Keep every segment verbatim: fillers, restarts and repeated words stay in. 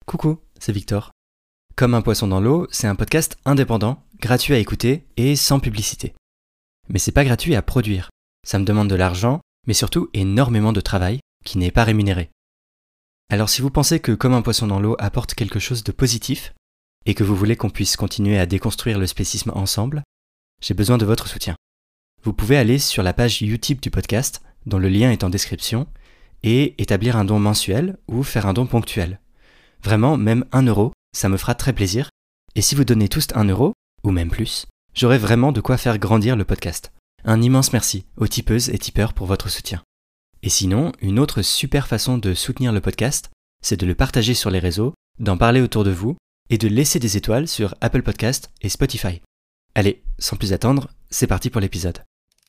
Coucou, c'est Victor. Comme un poisson dans l'eau, c'est un podcast indépendant, gratuit à écouter et sans publicité. Mais c'est pas gratuit à produire. Ça me demande de l'argent, mais surtout énormément de travail qui n'est pas rémunéré. Alors si vous pensez que Comme un poisson dans l'eau apporte quelque chose de positif et que vous voulez qu'on puisse continuer à déconstruire le spécisme ensemble, j'ai besoin de votre soutien. Vous pouvez aller sur la page Utip du podcast, dont le lien est en description, et établir un don mensuel ou faire un don ponctuel. Vraiment, même un euro, ça me fera très plaisir. Et si vous donnez tous un euro, ou même plus, j'aurai vraiment de quoi faire grandir le podcast. Un immense merci aux tipeuses et tipeurs pour votre soutien. Et sinon, une autre super façon de soutenir le podcast, c'est de le partager sur les réseaux, d'en parler autour de vous, et de laisser des étoiles sur Apple Podcast et Spotify. Allez, sans plus attendre, c'est parti pour l'épisode.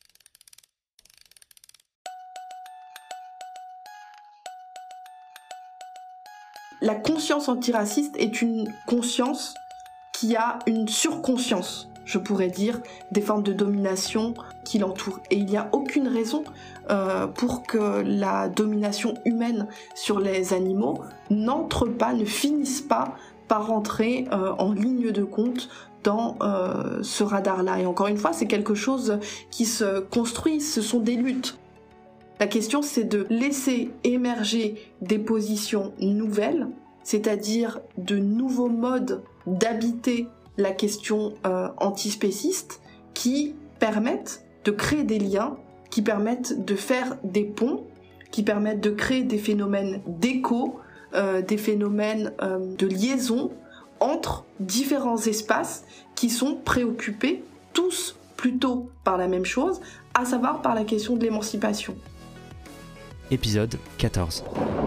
La conscience antiraciste est une conscience qui a une surconscience, je pourrais dire, des formes de domination qui l'entourent. Et il n'y a aucune raison euh, pour que la domination humaine sur les animaux n'entre pas, ne finisse pas par entrer euh, en ligne de compte dans euh, ce radar-là. Et encore une fois, c'est quelque chose qui se construit, ce sont des luttes. La question, c'est de laisser émerger des positions nouvelles, c'est-à-dire de nouveaux modes d'habiter la question euh, antispéciste qui permettent de créer des liens, qui permettent de faire des ponts, qui permettent de créer des phénomènes d'écho, euh, des phénomènes euh, de liaison entre différents espaces qui sont préoccupés tous plutôt par la même chose, à savoir par la question de l'émancipation. Épisode quatorze.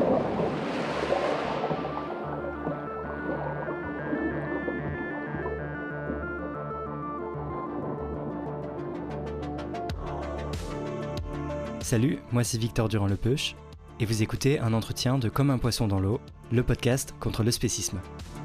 Salut, moi c'est Victor Durand-Lepeuch, et vous écoutez un entretien de Comme un poisson dans l'eau, le podcast contre le spécisme.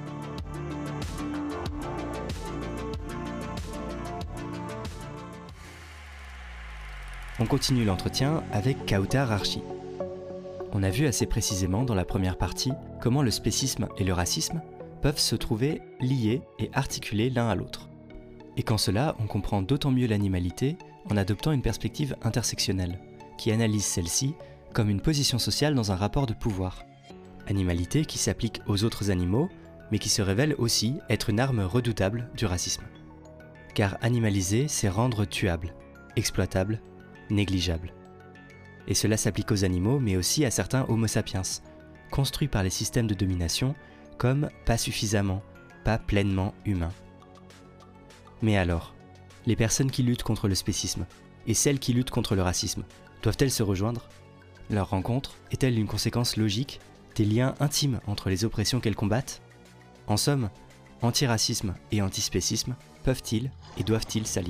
On continue l'entretien avec Kautar Archi. On a vu assez précisément dans la première partie comment le spécisme et le racisme peuvent se trouver liés et articulés l'un à l'autre. Et qu'en cela, on comprend d'autant mieux l'animalité en adoptant une perspective intersectionnelle, qui analyse celle-ci comme une position sociale dans un rapport de pouvoir. Animalité qui s'applique aux autres animaux, mais qui se révèle aussi être une arme redoutable du racisme. Car animaliser, c'est rendre tuable, exploitable, négligeable. Et cela s'applique aux animaux, mais aussi à certains Homo sapiens, construits par les systèmes de domination comme pas suffisamment, pas pleinement humains. Mais alors, les personnes qui luttent contre le spécisme et celles qui luttent contre le racisme, doivent-elles se rejoindre ? Leur rencontre est-elle une conséquence logique des liens intimes entre les oppressions qu'elles combattent ? En somme, antiracisme et antispécisme peuvent-ils et doivent-ils s'allier ?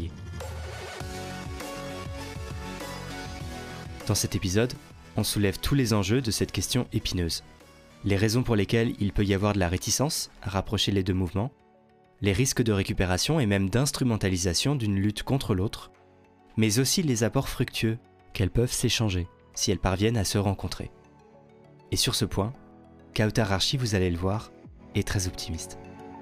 Dans cet épisode, on soulève tous les enjeux de cette question épineuse. Les raisons pour lesquelles il peut y avoir de la réticence à rapprocher les deux mouvements, les risques de récupération et même d'instrumentalisation d'une lutte contre l'autre, mais aussi les apports fructueux qu'elles peuvent s'échanger si elles parviennent à se rencontrer. Et sur ce point, Kautar Archi, vous allez le voir, est très optimiste.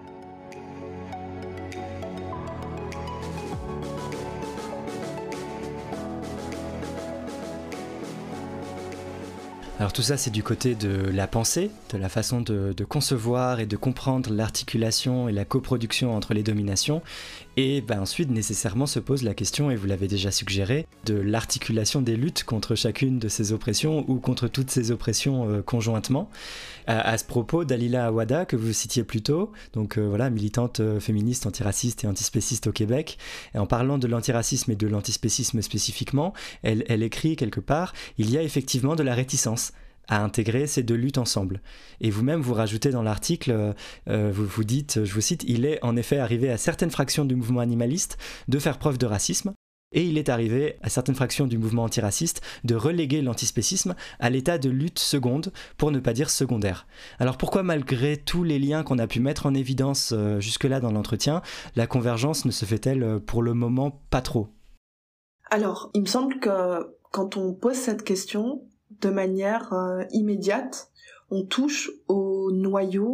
Alors tout ça, c'est du côté de la pensée, de la façon de, de concevoir et de comprendre l'articulation et la coproduction entre les dominations. Et ben ensuite, nécessairement, se pose la question, et vous l'avez déjà suggéré, de l'articulation des luttes contre chacune de ces oppressions ou contre toutes ces oppressions euh, conjointement. À, à ce propos, Dalila Awada, que vous citiez plus tôt, donc euh, voilà, militante euh, féministe, antiraciste et antispéciste au Québec, et en parlant de l'antiracisme et de l'antispécisme spécifiquement, elle, elle écrit quelque part « Il y a effectivement de la réticence » à intégrer ces deux luttes ensemble. Et vous-même, vous rajoutez dans l'article, euh, vous, vous dites, je vous cite, « Il est en effet arrivé à certaines fractions du mouvement animaliste de faire preuve de racisme, et il est arrivé à certaines fractions du mouvement antiraciste de reléguer l'antispécisme à l'état de lutte seconde, pour ne pas dire secondaire. » Alors pourquoi, malgré tous les liens qu'on a pu mettre en évidence euh, jusque-là dans l'entretien, la convergence ne se fait-elle euh, pour le moment pas trop ? Alors, il me semble que quand on pose cette question de manière euh, immédiate, on touche au noyau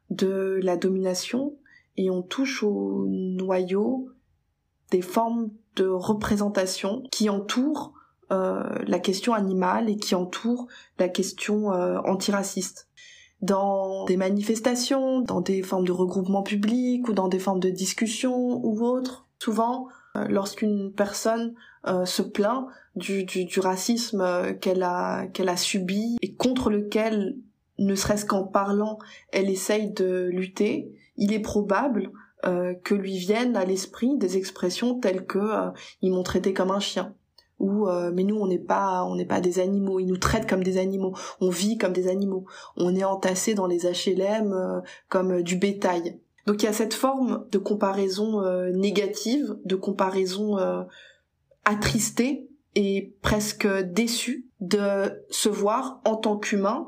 de la domination et on touche au noyau des formes de représentation qui entourent euh, la question animale et qui entourent la question euh, antiraciste. Dans des manifestations, dans des formes de regroupement public ou dans des formes de discussion ou autres, souvent, euh, lorsqu'une personne euh, se plaint du, du, du racisme euh, qu'elle a, qu'elle a subi et contre lequel, ne serait-ce qu'en parlant, elle essaye de lutter, il est probable euh, que lui viennent à l'esprit des expressions telles que euh, « ils m'ont traité comme un chien » ou euh, « mais nous on n'est pas, on n'est pas des animaux, ils nous traitent comme des animaux, on vit comme des animaux, on est entassés dans les H L M euh, comme euh, du bétail ». Donc il y a cette forme de comparaison euh, négative, de comparaison euh, attristée et presque déçue de se voir en tant qu'humain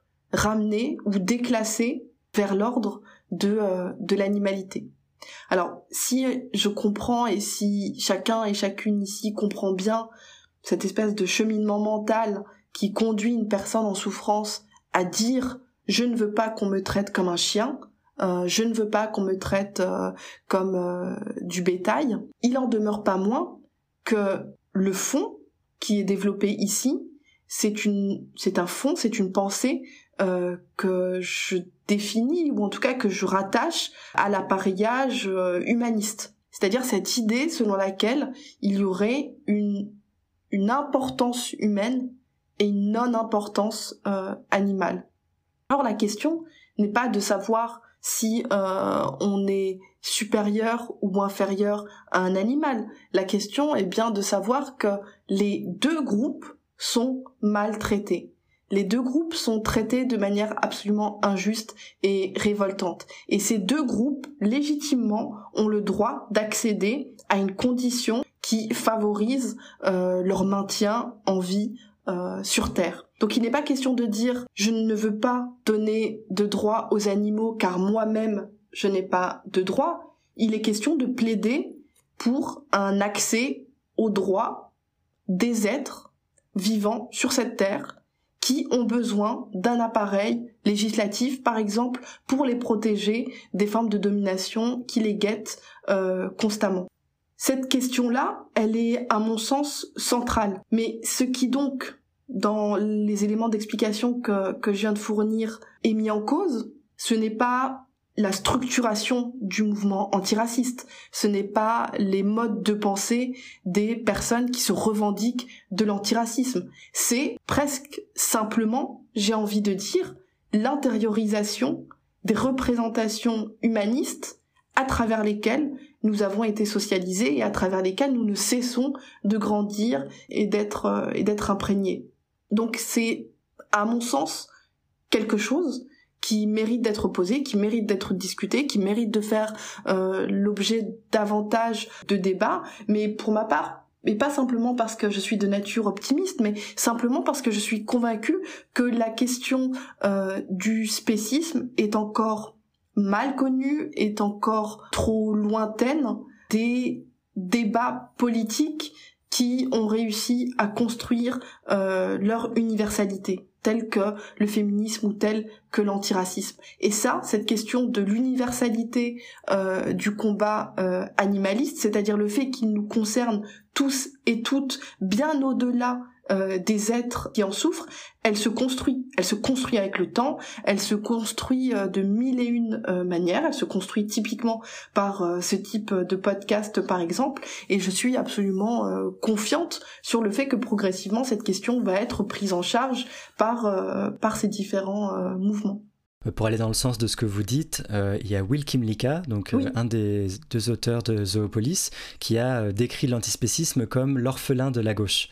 ramené ou déclassé vers l'ordre de, euh, de l'animalité. Alors, si je comprends et si chacun et chacune ici comprend bien cette espèce de cheminement mental qui conduit une personne en souffrance à dire « je ne veux pas qu'on me traite comme un chien », euh, « je ne veux pas qu'on me traite euh, comme euh, du bétail », il en demeure pas moins que le fond qui est développé ici, c'est une, c'est un fond, c'est une pensée euh, que je définis, ou en tout cas que je rattache à l'appareillage euh, humaniste. C'est-à-dire cette idée selon laquelle il y aurait une, une importance humaine et une non-importance euh, animale. Alors la question n'est pas de savoir si euh, on est supérieur ou inférieur à un animal. La question est bien de savoir que les deux groupes sont maltraités. Les deux groupes sont traités de manière absolument injuste et révoltante. Et ces deux groupes, légitimement, ont le droit d'accéder à une condition qui favorise euh, leur maintien en vie euh, sur Terre. Donc il n'est pas question de dire « je ne veux pas donner de droits aux animaux car moi-même je n'ai pas de droits ». Il est question de plaider pour un accès aux droits des êtres vivant sur cette terre qui ont besoin d'un appareil législatif, par exemple, pour les protéger des formes de domination qui les guettent euh, constamment. Cette question-là, elle est, à mon sens, centrale. Mais ce qui donc, dans les éléments d'explication que, que je viens de fournir, est mis en cause, ce n'est pas la structuration du mouvement antiraciste, ce n'est pas les modes de pensée des personnes qui se revendiquent de l'antiracisme, c'est presque simplement, j'ai envie de dire, l'intériorisation des représentations humanistes à travers lesquelles nous avons été socialisés et à travers lesquelles nous ne cessons de grandir et d'être, euh, et d'être imprégnés. Donc c'est, à mon sens, quelque chose qui mérite d'être posé, qui mérite d'être discuté, qui mérite de faire euh, l'objet davantage de débats, mais pour ma part, et pas simplement parce que je suis de nature optimiste, mais simplement parce que je suis convaincue que la question euh, du spécisme est encore mal connue, est encore trop lointaine des débats politiques qui ont réussi à construire euh, leur universalité, tel que le féminisme ou tel que l'antiracisme. Et ça, cette question de l'universalité euh, du combat euh, animaliste, c'est-à-dire le fait qu'il nous concerne tous et toutes bien au-delà euh, des êtres qui en souffrent, elle se construit. Elle se construit avec le temps, elle se construit euh, de mille et une euh, manières, elle se construit typiquement par euh, ce type de podcast par exemple, et je suis absolument euh, confiante sur le fait que progressivement cette question va être prise en charge par, euh, par ces différents euh, mouvements. Pour aller dans le sens de ce que vous dites, euh, il y a Will Kymlicka, donc oui. euh, un des deux auteurs de Zoopolis, qui a euh, décrit l'antispécisme comme l'orphelin de la gauche.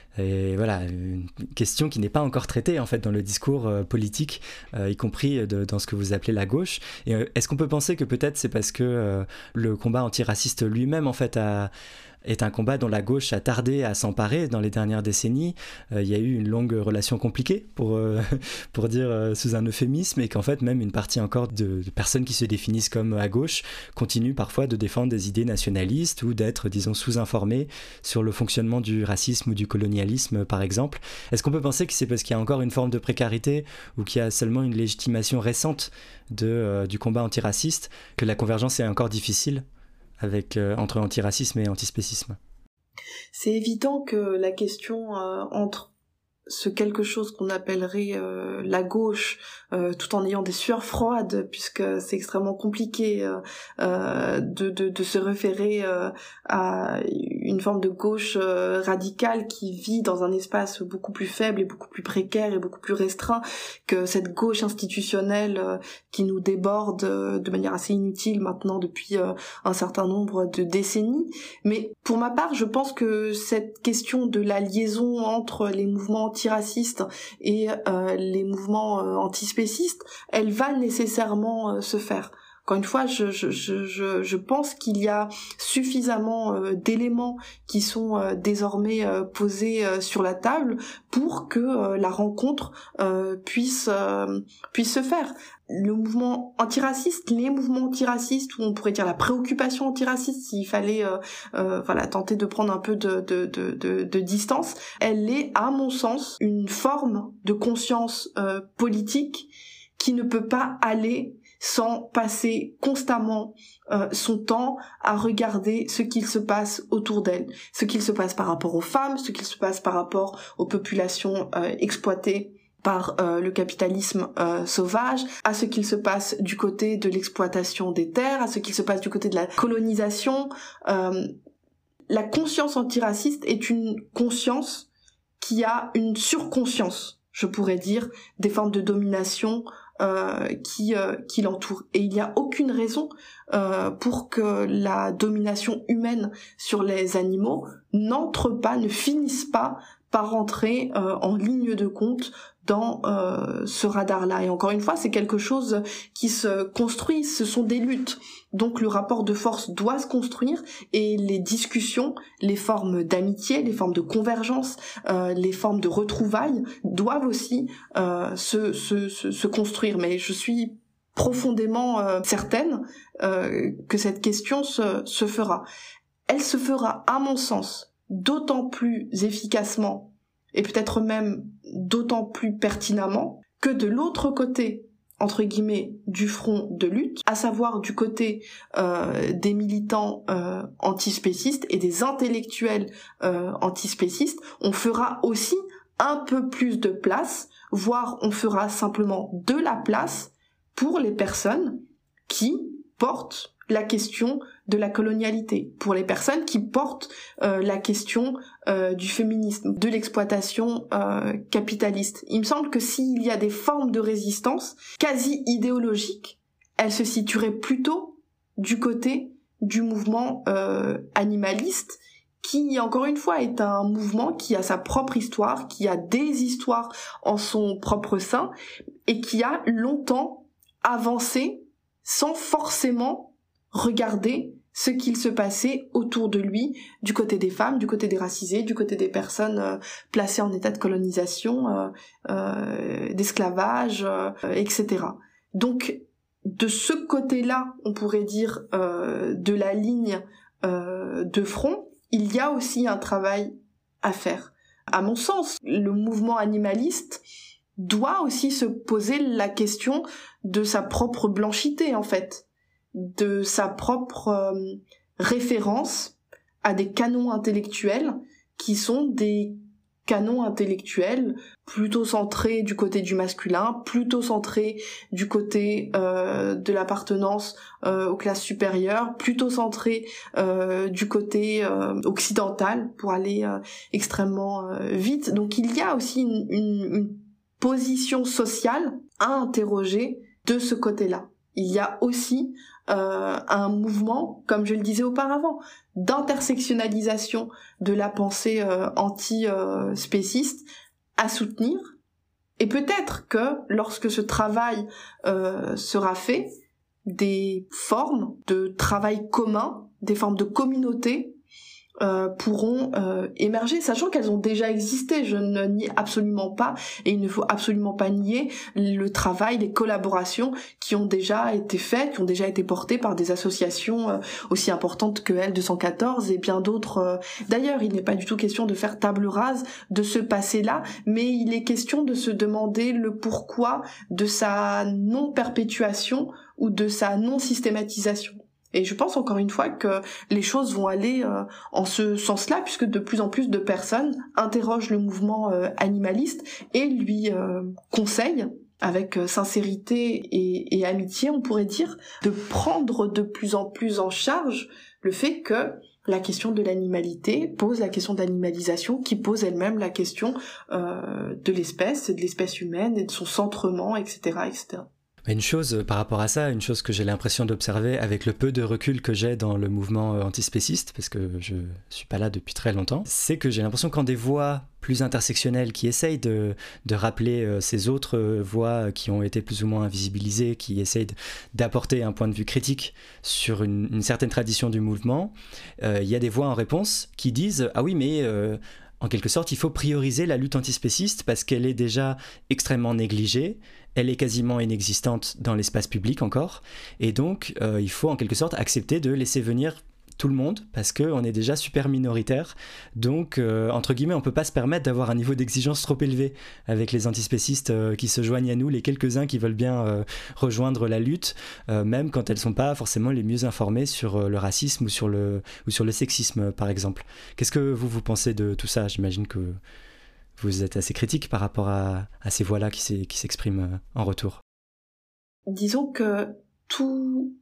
Et voilà, une question qui n'est pas encore traitée en fait dans le discours euh, politique, euh, y compris de, dans ce que vous appelez la gauche. Et euh, est-ce qu'on peut penser que peut-être c'est parce que euh, le combat antiraciste lui-même en fait a, est un combat dont la gauche a tardé à s'emparer dans les dernières décennies. Euh, il y a eu une longue relation compliquée, pour, euh, pour dire euh, sous un euphémisme, et qu'en fait même une partie encore de, de personnes qui se définissent comme à gauche continuent parfois de défendre des idées nationalistes ou d'être, disons, sous-informées sur le fonctionnement du racisme ou du colonialisme, par exemple. Est-ce qu'on peut penser que c'est parce qu'il y a encore une forme de précarité ou qu'il y a seulement une légitimation récente de, euh, du combat antiraciste que la convergence est encore difficile avec, euh, entre antiracisme et antispécisme? C'est évident que la question euh, entre ce quelque chose qu'on appellerait euh, la gauche, euh, tout en ayant des sueurs froides, puisque c'est extrêmement compliqué euh, euh, de, de, de se référer euh, à une forme de gauche euh, radicale qui vit dans un espace beaucoup plus faible et beaucoup plus précaire et beaucoup plus restreint que cette gauche institutionnelle euh, qui nous déborde euh, de manière assez inutile maintenant depuis euh, un certain nombre de décennies. Mais pour ma part, je pense que cette question de la liaison entre les mouvements antiracistes et euh, les mouvements euh, antispécistes, elle va nécessairement euh, se faire. Encore une fois, je, je, je, je pense qu'il y a suffisamment euh, d'éléments qui sont euh, désormais euh, posés euh, sur la table pour que euh, la rencontre euh, puisse, euh, puisse se faire. Le mouvement antiraciste, les mouvements antiracistes, ou on pourrait dire la préoccupation antiraciste, s'il fallait euh, euh, voilà, tenter de prendre un peu de, de, de, de, de distance, elle est, à mon sens, une forme de conscience euh, politique qui ne peut pas aller sans passer constamment euh, son temps à regarder ce qu'il se passe autour d'elle, ce qu'il se passe par rapport aux femmes, ce qu'il se passe par rapport aux populations euh, exploitées par euh, le capitalisme euh, sauvage, à ce qu'il se passe du côté de l'exploitation des terres, à ce qu'il se passe du côté de la colonisation. Euh, la conscience antiraciste est une conscience qui a une surconscience, je pourrais dire, des formes de domination Euh, qui, euh, qui l'entoure. Et il n'y a aucune raison euh, pour que la domination humaine sur les animaux n'entre pas, ne finisse pas par entrer euh, en ligne de compte dans euh, ce radar-là. Et encore une fois, c'est quelque chose qui se construit, ce sont des luttes. Donc le rapport de force doit se construire et les discussions, les formes d'amitié, les formes de convergence, euh, les formes de retrouvailles doivent aussi euh, se, se, se, se construire. Mais je suis profondément euh, certaine euh, que cette question se, se fera. Elle se fera, à mon sens, d'autant plus efficacement et peut-être même d'autant plus pertinemment que de l'autre côté, entre guillemets, du front de lutte, à savoir du côté euh, des militants euh, antispécistes et des intellectuels euh, antispécistes, on fera aussi un peu plus de place, voire on fera simplement de la place pour les personnes qui portent la question de la colonialité, pour les personnes qui portent euh, la question euh, du féminisme, de l'exploitation euh, capitaliste. Il me semble que s'il y a des formes de résistance quasi idéologiques, elles se situeraient plutôt du côté du mouvement euh, animaliste, qui, encore une fois, est un mouvement qui a sa propre histoire, qui a des histoires en son propre sein, et qui a longtemps avancé sans forcément regarder ce qu'il se passait autour de lui, du côté des femmes, du côté des racisés, du côté des personnes euh, placées en état de colonisation, euh, euh, d'esclavage, euh, et cetera. Donc, de ce côté-là, on pourrait dire, euh, de la ligne euh, de front, il y a aussi un travail à faire. À mon sens, le mouvement animaliste doit aussi se poser la question de sa propre blanchité, en fait, de sa propre euh, référence à des canons intellectuels qui sont des canons intellectuels plutôt centrés du côté du masculin, plutôt centrés du côté euh, de l'appartenance euh, aux classes supérieures, plutôt centrés euh, du côté euh, occidental, pour aller euh, extrêmement euh, vite. Donc il y a aussi une, une, une position sociale à interroger de ce côté-là. Il y a aussi euh, un mouvement, comme je le disais auparavant, d'intersectionnalisation de la pensée euh, anti-spéciste à soutenir. Et peut-être que lorsque ce travail euh, sera fait, des formes de travail commun, des formes de communauté euh, pourront euh, émerger, sachant qu'elles ont déjà existé. Je ne nie absolument pas, et il ne faut absolument pas nier le travail, les collaborations qui ont déjà été faites, qui ont déjà été portées par des associations euh, aussi importantes que L deux cent quatorze et bien d'autres. Euh. D'ailleurs, il n'est pas du tout question de faire table rase de ce passé-là, mais il est question de se demander le pourquoi de sa non-perpétuation ou de sa non-systématisation. Et je pense encore une fois que les choses vont aller euh, en ce sens-là, puisque de plus en plus de personnes interrogent le mouvement euh, animaliste et lui euh, conseillent, avec euh, sincérité et, et amitié, on pourrait dire, de prendre de plus en plus en charge le fait que la question de l'animalité pose la question de l'animalisation, qui pose elle-même la question euh, de l'espèce, et de l'espèce humaine, et de son centrement, et cetera, et cetera. Une chose par rapport à ça, une chose que j'ai l'impression d'observer avec le peu de recul que j'ai dans le mouvement antispéciste, parce que je suis pas là depuis très longtemps, c'est que j'ai l'impression que quand des voix plus intersectionnelles qui essayent de, de rappeler euh, ces autres euh, voix qui ont été plus ou moins invisibilisées, qui essayent de, d'apporter un point de vue critique sur une, une certaine tradition du mouvement, il euh, y a des voix en réponse qui disent « Ah oui, mais... Euh, en quelque sorte, il faut prioriser la lutte antispéciste parce qu'elle est déjà extrêmement négligée, elle est quasiment inexistante dans l'espace public encore, et donc euh, il faut en quelque sorte accepter de laisser venir tout le monde parce qu'on est déjà super minoritaire, donc euh, entre guillemets on ne peut pas se permettre d'avoir un niveau d'exigence trop élevé avec les antispécistes euh, qui se joignent à nous, les quelques-uns qui veulent bien euh, rejoindre la lutte, euh, même quand elles ne sont pas forcément les mieux informées sur euh, le racisme ou sur le, ou sur le sexisme par exemple. Qu'est-ce que vous, vous pensez de tout ça ? J'imagine que vous êtes assez critique par rapport à, à ces voix-là qui, s'est, qui s'expriment euh, en retour. Disons que tout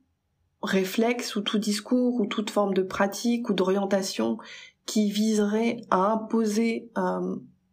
réflexe ou tout discours ou toute forme de pratique ou d'orientation qui viserait à imposer euh,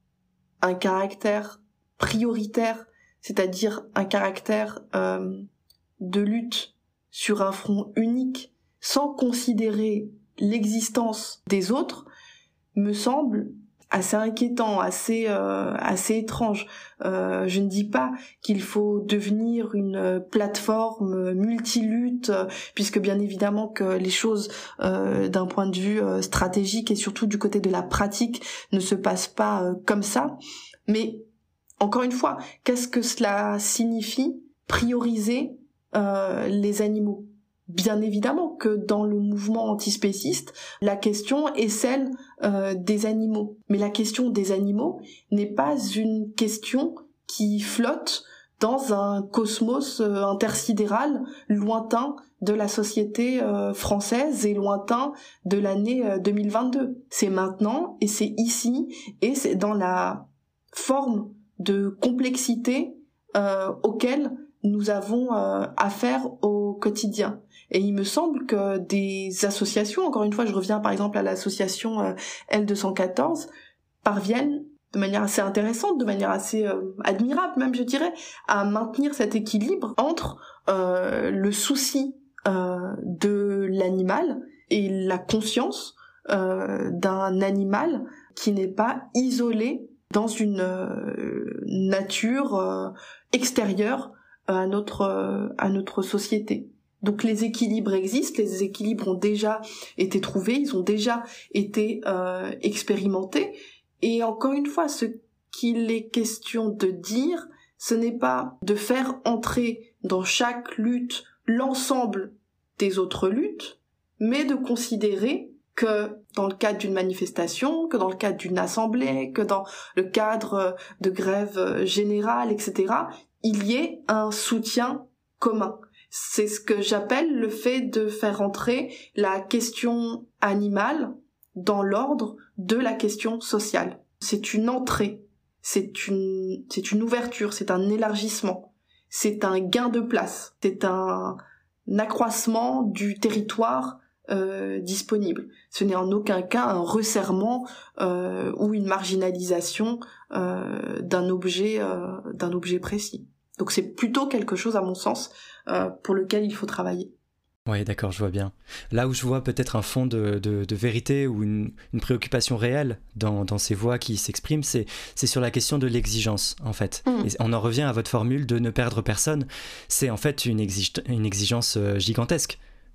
un caractère prioritaire, c'est-à-dire un caractère euh, de lutte sur un front unique sans considérer l'existence des autres, me semble assez inquiétant, assez euh, assez étrange. Euh, je ne dis pas qu'il faut devenir une plateforme multilutte, puisque bien évidemment que les choses euh, d'un point de vue euh, stratégique et surtout du côté de la pratique ne se passent pas euh, comme ça. Mais encore une fois, qu'est-ce que cela signifie prioriser euh, les animaux ? Bien évidemment que dans le mouvement antispéciste, la question est celle euh, des animaux. Mais la question des animaux n'est pas une question qui flotte dans un cosmos euh, intersidéral lointain de la société euh, française et lointain de l'année euh, deux mille vingt-deux. C'est maintenant et c'est ici et c'est dans la forme de complexité euh, auquel nous avons euh, affaire au quotidien. Et il me semble que des associations, encore une fois je reviens par exemple à l'association euh, L deux cent quatorze, parviennent de manière assez intéressante, de manière assez euh, admirable même je dirais, à maintenir cet équilibre entre euh, le souci euh, de l'animal et la conscience euh, d'un animal qui n'est pas isolé dans une euh, nature euh, extérieure à notre, euh, à notre société. Donc les équilibres existent, les équilibres ont déjà été trouvés, ils ont déjà été euh, expérimentés. Et encore une fois, ce qu'il est question de dire, ce n'est pas de faire entrer dans chaque lutte l'ensemble des autres luttes, mais de considérer que dans le cadre d'une manifestation, que dans le cadre d'une assemblée, que dans le cadre de grèves générales, et cetera, il y ait un soutien commun. C'est ce que j'appelle le fait de faire entrer la question animale dans l'ordre de la question sociale. C'est une entrée, c'est une, c'est une ouverture, c'est un élargissement, c'est un gain de place, c'est un, un accroissement du territoire euh, disponible. Ce n'est en aucun cas un resserrement euh, ou une marginalisation euh, d'un objet, euh, d'un objet précis. Donc c'est plutôt quelque chose, à mon sens, euh, pour lequel il faut travailler. Oui, d'accord, je vois bien. Là où je vois peut-être un fond de, de, de vérité ou une, une préoccupation réelle dans, dans ces voix qui s'expriment, c'est, c'est sur la question de l'exigence, en fait. Mmh. Et on en revient à votre formule de ne perdre personne. C'est en fait une, exige, une exigence gigantesque.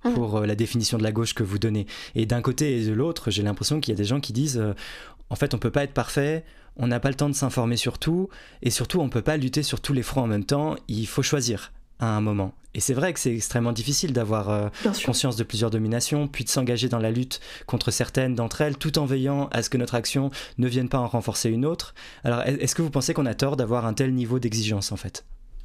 pour euh, la définition de la gauche que vous donnez. Et d'un côté et de l'autre, j'ai l'impression qu'il y a des gens qui disent euh, en fait, on peut pas être parfait, on n'a pas le temps de s'informer sur tout, et surtout, on peut pas lutter sur tous les fronts en même temps, il faut choisir à un moment. Et c'est vrai que c'est extrêmement difficile d'avoir euh, conscience de plusieurs dominations, puis de s'engager dans la lutte contre certaines d'entre elles, tout en veillant à ce que notre action ne vienne pas en renforcer une autre. Alors, est-ce que vous pensez qu'on a tort d'avoir un tel niveau d'exigence, en fait ?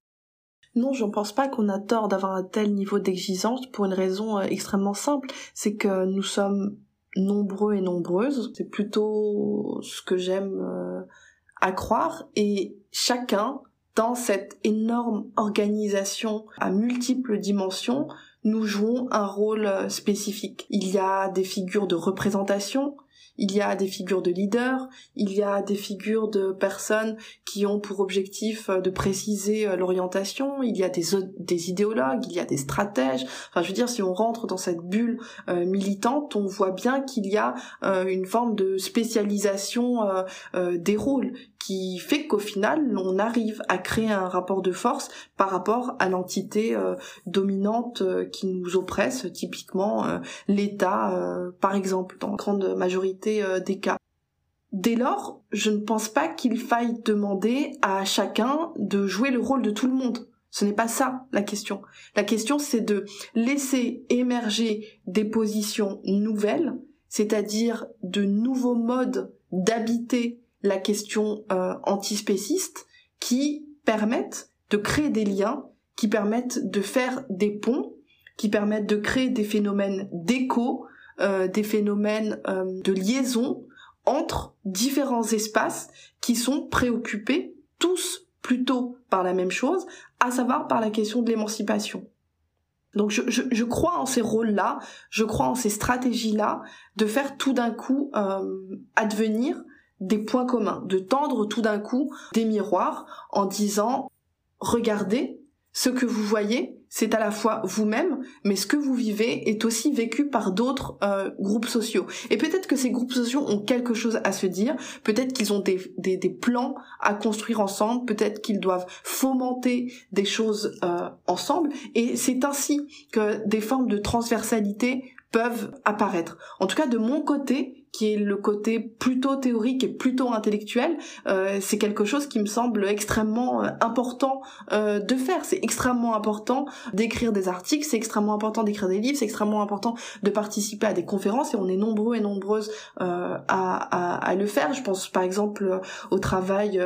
Non, je ne pense pas qu'on a tort d'avoir un tel niveau d'exigence pour une raison euh, extrêmement simple, c'est que nous sommes nombreux et nombreuses, c'est plutôt ce que j'aime euh, à croire, et chacun, dans cette énorme organisation à multiples dimensions, nous jouons un rôle spécifique. Il y a des figures de représentation, il y a des figures de leaders, il y a des figures de personnes qui ont pour objectif de préciser l'orientation, il y a des, des idéologues, il y a des stratèges. Enfin, je veux dire, si on rentre dans cette bulle euh, militante, on voit bien qu'il y a euh, une forme de spécialisation euh, euh, des rôles qui fait qu'au final, on arrive à créer un rapport de force par rapport à l'entité euh, dominante euh, qui nous oppresse, typiquement euh, l'État, euh, par exemple, dans la grande majorité des cas. Dès lors, je ne pense pas qu'il faille demander à chacun de jouer le rôle de tout le monde. Ce n'est pas ça la question. La question, c'est de laisser émerger des positions nouvelles, c'est-à-dire de nouveaux modes d'habiter la question euh, antispéciste qui permettent de créer des liens, qui permettent de faire des ponts, qui permettent de créer des phénomènes d'écho, Euh, des phénomènes euh, de liaison entre différents espaces qui sont préoccupés tous plutôt par la même chose, à savoir par la question de l'émancipation. Donc je, je, je crois en ces rôles-là, je crois en ces stratégies-là, de faire tout d'un coup euh, advenir des points communs, de tendre tout d'un coup des miroirs en disant « Regardez, ce que vous voyez, c'est à la fois vous-même, mais ce que vous vivez est aussi vécu par d'autres euh, groupes sociaux. Et peut-être que ces groupes sociaux ont quelque chose à se dire, peut-être qu'ils ont des, des, des plans à construire ensemble, peut-être qu'ils doivent fomenter des choses euh, ensemble, et c'est ainsi que des formes de transversalité peuvent apparaître. En tout cas, de mon côté, qui est le côté plutôt théorique et plutôt intellectuel, euh, c'est quelque chose qui me semble extrêmement euh, important euh, de faire. C'est extrêmement important d'écrire des articles, c'est extrêmement important d'écrire des livres, c'est extrêmement important de participer à des conférences, et on est nombreux et nombreuses euh, à, à, à le faire. Je pense par exemple au travail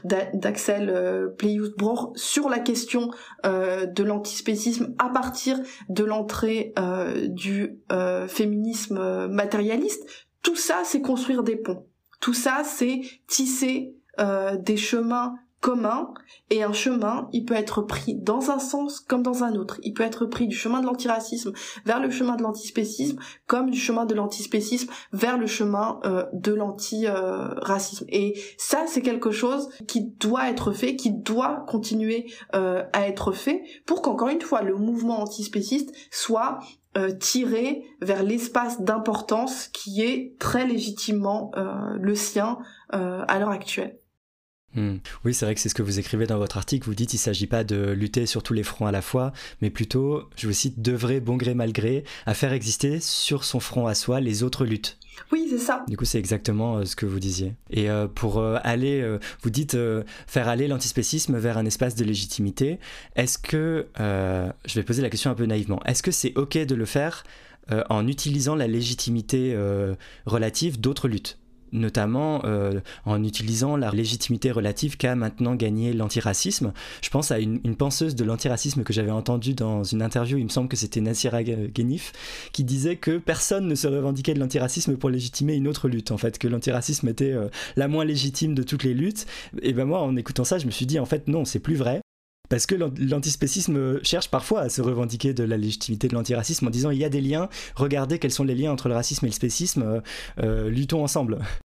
d'Axel euh, Pleyus-Broch sur la question euh, de l'antispécisme à partir de l'entrée euh, du euh, féminisme matérialiste. Tout ça, c'est construire des ponts. Tout ça, c'est tisser euh, des chemins communs. Et un chemin, il peut être pris dans un sens comme dans un autre. Il peut être pris du chemin de l'antiracisme vers le chemin de l'antispécisme, comme du chemin de l'antispécisme vers le chemin euh, de l'antiracisme. Et ça, c'est quelque chose qui doit être fait, qui doit continuer euh, à être fait, pour qu'encore une fois, le mouvement antispéciste soit Euh, tiré vers l'espace d'importance qui est très légitimement euh, le sien euh, à l'heure actuelle. Mmh. Oui, c'est vrai que c'est ce que vous écrivez dans votre article. Vous dites qu'il ne s'agit pas de lutter sur tous les fronts à la fois, mais plutôt, je vous cite, d'œuvrer bon gré mal gré à faire exister sur son front à soi les autres luttes. Oui, c'est ça. Du coup, c'est exactement euh, ce que vous disiez. Et euh, pour euh, aller, euh, vous dites euh, faire aller l'antispécisme vers un espace de légitimité. Est-ce que, euh, je vais poser la question un peu naïvement, est-ce que c'est ok de le faire euh, en utilisant la légitimité euh, relative d'autres luttes ? Notamment euh, en utilisant la légitimité relative qu'a maintenant gagné l'antiracisme. Je pense à une, une penseuse de l'antiracisme que j'avais entendue dans une interview, il me semble que c'était Nassira Ghenif, qui disait que personne ne se revendiquait de l'antiracisme pour légitimer une autre lutte, en fait, que l'antiracisme était euh, la moins légitime de toutes les luttes. Et ben moi, en écoutant ça, je me suis dit, en fait, non, c'est plus vrai. Parce que l'antispécisme cherche parfois à se revendiquer de la légitimité de l'antiracisme en disant il y a des liens, regardez quels sont les liens entre le racisme et le spécisme, euh, euh, luttons ensemble.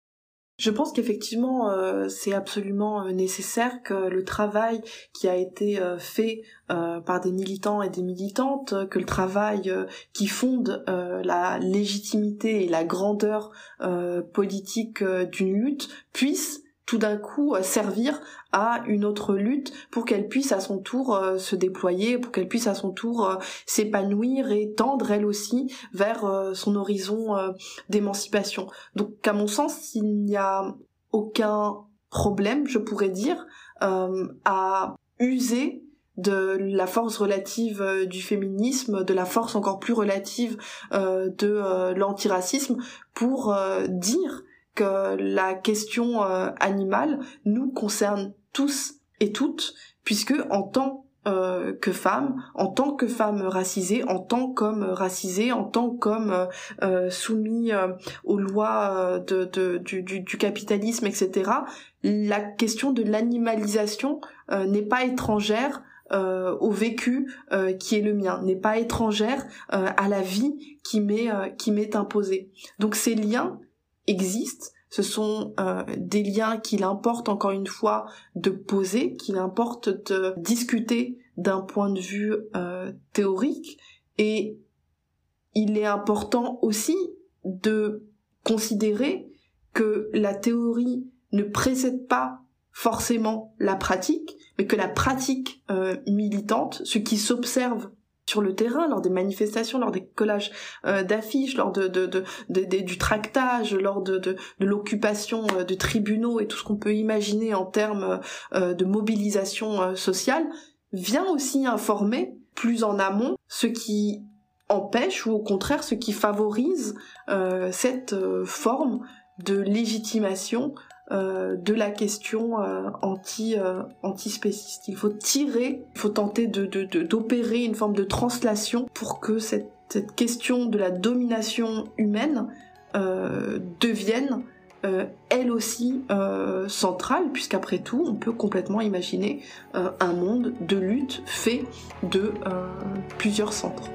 Je pense qu'effectivement, euh, c'est absolument euh, nécessaire que le travail qui a été euh, fait euh, par des militants et des militantes, que le travail euh, qui fonde euh, la légitimité et la grandeur euh, politique euh, d'une lutte puisse tout d'un coup euh, servir à une autre lutte pour qu'elle puisse à son tour euh, se déployer, pour qu'elle puisse à son tour euh, s'épanouir et tendre elle aussi vers euh, son horizon euh, d'émancipation. Donc à mon sens, il n'y a aucun problème, je pourrais dire, euh, à user de la force relative euh, du féminisme, de la force encore plus relative euh, de euh, l'antiracisme pour euh, dire que la question euh, animale nous concerne tous et toutes, puisque en tant euh, que femmes, en tant que femmes racisées, en tant qu'hommes racisés, en tant qu'hommes euh, euh, soumis euh, aux lois euh, de, de, du, du, du capitalisme, et cetera, la question de l'animalisation euh, n'est pas étrangère Euh, au vécu euh, qui est le mien, n'est pas étrangère euh, à la vie qui m'est euh, qui m'est imposée. Donc ces liens existent, ce sont euh, des liens qu'il importe encore une fois de poser, qu'il importe de discuter d'un point de vue euh, théorique, et il est important aussi de considérer que la théorie ne précède pas forcément la pratique, mais que la pratique euh, militante, ce qui s'observe sur le terrain, lors des manifestations, lors des collages euh, d'affiches, lors de, de, de, de, de, du tractage, lors de, de, de l'occupation euh, de tribunaux et tout ce qu'on peut imaginer en termes euh, de mobilisation euh, sociale, vient aussi informer plus en amont ce qui empêche ou au contraire ce qui favorise euh, cette euh, forme de légitimation Euh, de la question euh, anti euh, antispéciste. Il faut tirer, il faut tenter de, de, de d'opérer une forme de translation pour que cette, cette question de la domination humaine euh, devienne euh, elle aussi euh, centrale, puisqu'après tout on peut complètement imaginer euh, un monde de lutte fait de euh, plusieurs centres.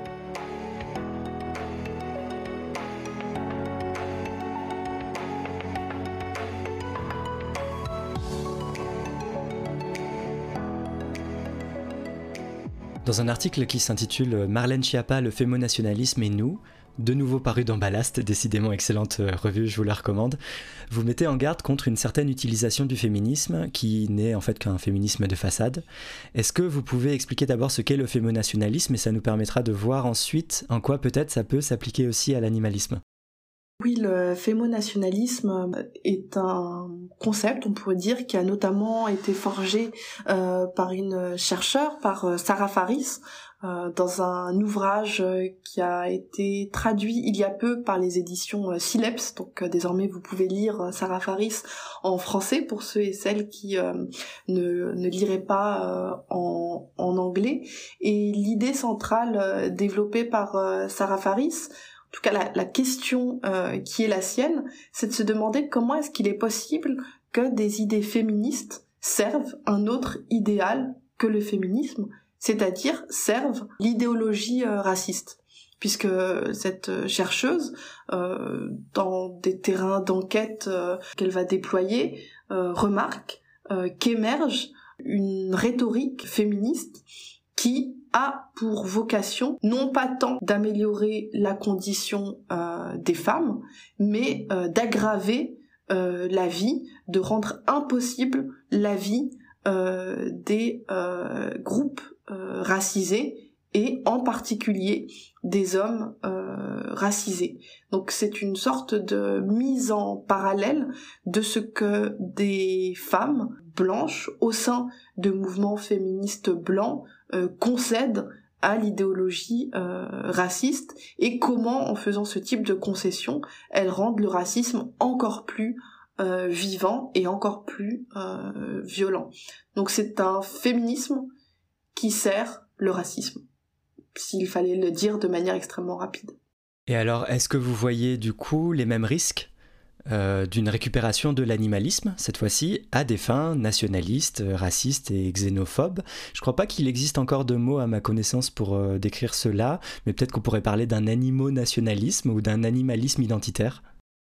Dans un article qui s'intitule « Marlène Schiappa, le fémonationalisme et nous », de nouveau paru dans Ballast, décidément excellente revue, je vous la recommande, vous mettez en garde contre une certaine utilisation du féminisme qui n'est en fait qu'un féminisme de façade. Est-ce que vous pouvez expliquer d'abord ce qu'est le fémonationalisme, et ça nous permettra de voir ensuite en quoi peut-être ça peut s'appliquer aussi à l'animalisme? Oui, le fémonationalisme est un concept, on pourrait dire, qui a notamment été forgé euh, par une chercheure, par euh, Sarah Faris, euh, dans un ouvrage euh, qui a été traduit il y a peu par les éditions euh, Sileps. Donc euh, désormais vous pouvez lire euh, Sarah Faris en français pour ceux et celles qui euh, ne, ne liraient pas euh, en, en anglais. Et l'idée centrale euh, développée par euh, Sarah Faris, en tout cas la, la question euh, qui est la sienne, c'est de se demander comment est-ce qu'il est possible que des idées féministes servent un autre idéal que le féminisme, c'est-à-dire servent l'idéologie euh, raciste. Puisque cette chercheuse, euh, dans des terrains d'enquête euh, qu'elle va déployer, euh, remarque euh, qu'émerge une rhétorique féministe qui a pour vocation non pas tant d'améliorer la condition euh, des femmes, mais euh, d'aggraver euh, la vie, de rendre impossible la vie euh, des euh, groupes euh, racisés, et en particulier des hommes euh, racisés. Donc c'est une sorte de mise en parallèle de ce que des femmes blanches au sein de mouvements féministes blancs euh, concèdent à l'idéologie euh, raciste, et comment, en faisant ce type de concession, elles rendent le racisme encore plus euh, vivant et encore plus euh, violent. Donc c'est un féminisme qui sert le racisme, s'il fallait le dire de manière extrêmement rapide. Et alors, est-ce que vous voyez du coup les mêmes risques euh, d'une récupération de l'animalisme, cette fois-ci, à des fins nationalistes, racistes et xénophobes? Je crois pas qu'il existe encore de mots à ma connaissance pour euh, décrire cela, mais peut-être qu'on pourrait parler d'un animo-nationalisme ou d'un animalisme identitaire.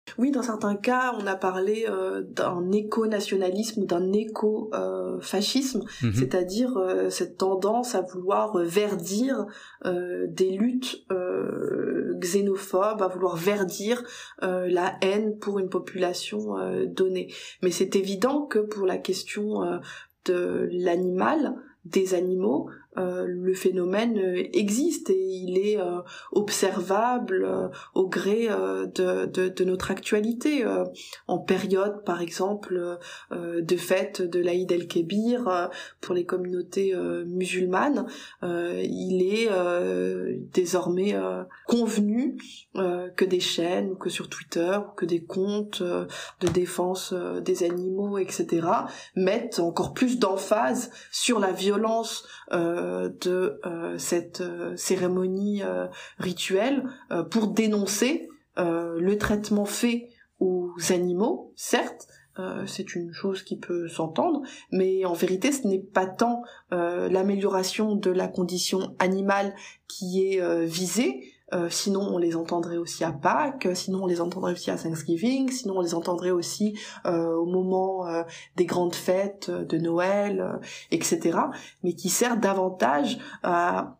Oui, dans certains cas, on a parlé euh, d'un éco-nationalisme ou d'un éco-fascisme, euh, mmh. c'est-à-dire euh, cette tendance à vouloir verdir euh, des luttes euh, xénophobes, à vouloir verdir euh, la haine pour une population euh, donnée. Mais c'est évident que pour la question euh, de l'animal, des animaux, euh, le phénomène existe et il est euh, observable euh, au gré euh, de, de, de notre actualité. Euh, en période, par exemple, euh, de fête de l'Aïd el-Kébir euh, pour les communautés euh, musulmanes, euh, il est euh, désormais euh, convenu euh, que des chaînes, ou que sur Twitter, ou que des comptes euh, de défense euh, des animaux, et cetera, mettent encore plus d'emphase sur la violence euh, de euh, cette euh, cérémonie euh, rituelle euh, pour dénoncer euh, le traitement fait aux animaux, certes, euh, c'est une chose qui peut s'entendre, mais en vérité ce n'est pas tant euh, l'amélioration de la condition animale qui est euh, visée. Euh, sinon on les entendrait aussi à Pâques, sinon on les entendrait aussi à Thanksgiving, sinon on les entendrait aussi euh, au moment euh, des grandes fêtes de Noël, euh, et cetera, mais qui sert davantage à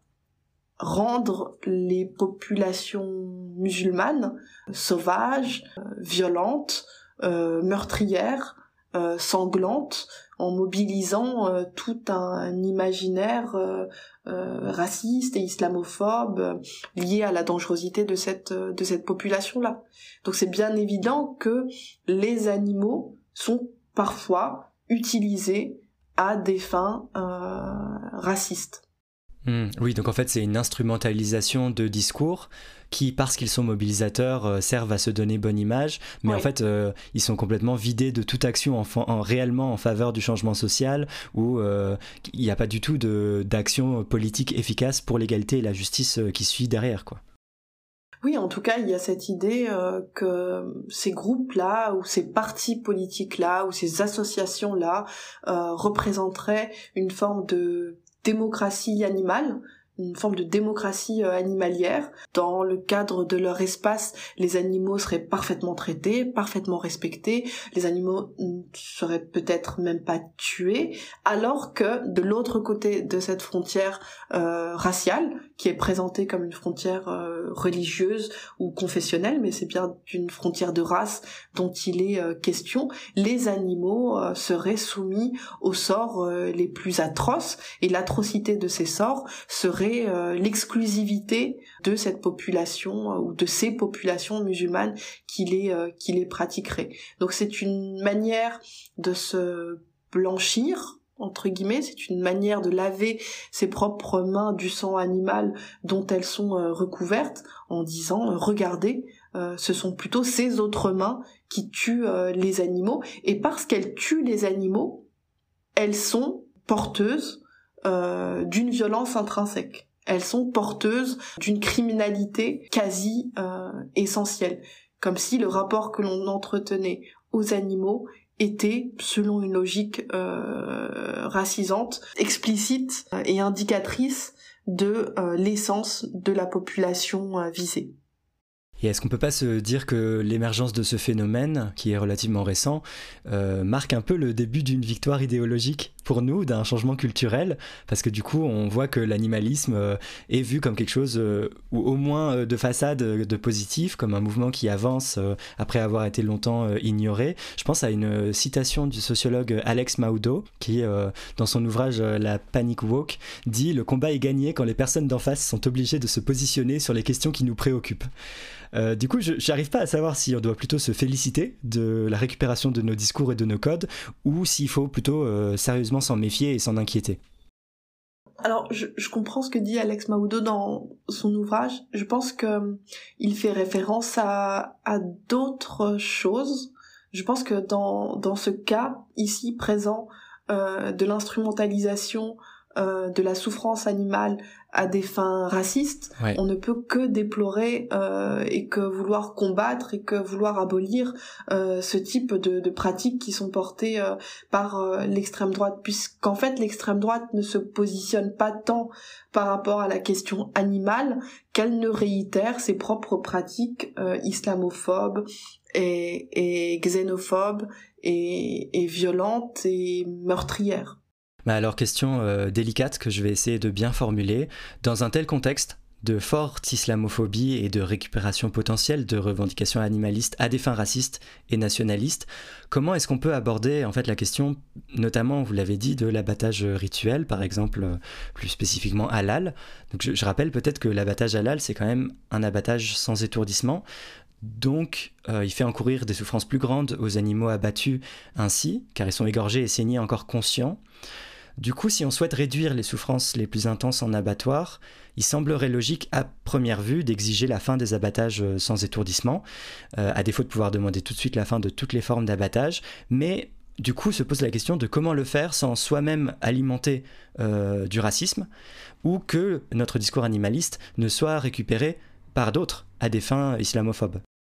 rendre les populations musulmanes sauvages, euh, violentes, euh, meurtrières, euh, sanglantes, en mobilisant euh, tout un, un imaginaire euh, euh, raciste et islamophobe euh, lié à la dangerosité de cette euh, de cette population-là. Donc c'est bien évident que les animaux sont parfois utilisés à des fins euh, racistes. Mmh, oui, donc en fait c'est une instrumentalisation de discours qui, parce qu'ils sont mobilisateurs, euh, servent à se donner bonne image, mais oui. en fait euh, ils sont complètement vidés de toute action en, en, réellement en faveur du changement social, où euh, il n'y a pas du tout de, d'action politique efficace pour l'égalité et la justice euh, qui suit derrière, quoi. Oui, en tout cas, il y a cette idée euh, que ces groupes-là, ou ces partis politiques-là, ou ces associations-là euh, représenteraient une forme de démocratie animale, une forme de démocratie euh, animalière. Dans le cadre de leur espace, les animaux seraient parfaitement traités, parfaitement respectés, les animaux ne seraient peut-être même pas tués, alors que de l'autre côté de cette frontière euh, raciale, qui est présentée comme une frontière euh, religieuse ou confessionnelle, mais c'est bien une frontière de race dont il est euh, question, les animaux euh, seraient soumis aux sorts euh, les plus atroces, et l'atrocité de ces sorts serait euh, l'exclusivité de cette population euh, ou de ces populations musulmanes qui les, euh, qui les pratiqueraient. Donc c'est une manière de se blanchir, entre guillemets, c'est une manière de laver ses propres mains du sang animal dont elles sont euh, recouvertes, en disant euh, regardez, euh, ce sont plutôt ces autres mains qui tuent euh, les animaux, et parce qu'elles tuent les animaux, elles sont porteuses euh, d'une violence intrinsèque. Elles sont porteuses d'une criminalité quasi euh, essentielle, comme si le rapport que l'on entretenait aux animaux était, selon une logique euh, racisante, explicite et indicatrice de euh, l'essence de la population euh, visée. Et est-ce qu'on peut pas se dire que l'émergence de ce phénomène, qui est relativement récent, euh, marque un peu le début d'une victoire idéologique pour nous, d'un changement culturel, parce que du coup on voit que l'animalisme euh, est vu comme quelque chose, euh, ou au moins euh, de façade euh, de positif, comme un mouvement qui avance euh, après avoir été longtemps euh, ignoré. Je pense à une citation du sociologue Alex Maudo, qui euh, dans son ouvrage euh, La Panic Walk, dit « Le combat est gagné quand les personnes d'en face sont obligées de se positionner sur les questions qui nous préoccupent ». Euh, du coup, je n'arrive pas à savoir si on doit plutôt se féliciter de la récupération de nos discours et de nos codes, ou s'il faut plutôt euh, sérieusement s'en méfier et s'en inquiéter. Alors, je, je comprends ce que dit Alex Maudo dans son ouvrage. Je pense que euh, il fait référence à, à d'autres choses. Je pense que dans, dans ce cas, ici présent, euh, de l'instrumentalisation euh, de la souffrance animale à des fins racistes, ouais. On ne peut que déplorer euh, et que vouloir combattre et que vouloir abolir euh, ce type de, de pratiques qui sont portées euh, par euh, l'extrême droite, puisqu'en fait l'extrême droite ne se positionne pas tant par rapport à la question animale qu'elle ne réitère ses propres pratiques euh, islamophobes et, et xénophobes et, et violentes et meurtrières. Bah alors, question euh, délicate que je vais essayer de bien formuler. Dans un tel contexte de forte islamophobie et de récupération potentielle de revendications animalistes à des fins racistes et nationalistes, comment est-ce qu'on peut aborder en fait la question, notamment, vous l'avez dit, de l'abattage rituel, par exemple, plus spécifiquement halal. Donc je, je rappelle peut-être que l'abattage halal, c'est quand même un abattage sans étourdissement. Donc, euh, il fait encourir des souffrances plus grandes aux animaux abattus ainsi, car ils sont égorgés et saignés encore conscients. Du coup, si on souhaite réduire les souffrances les plus intenses en abattoir, il semblerait logique à première vue d'exiger la fin des abattages sans étourdissement, euh, à défaut de pouvoir demander tout de suite la fin de toutes les formes d'abattage. Mais du coup, se pose la question de comment le faire sans soi-même alimenter euh, du racisme, ou que notre discours animaliste ne soit récupéré par d'autres à des fins islamophobes.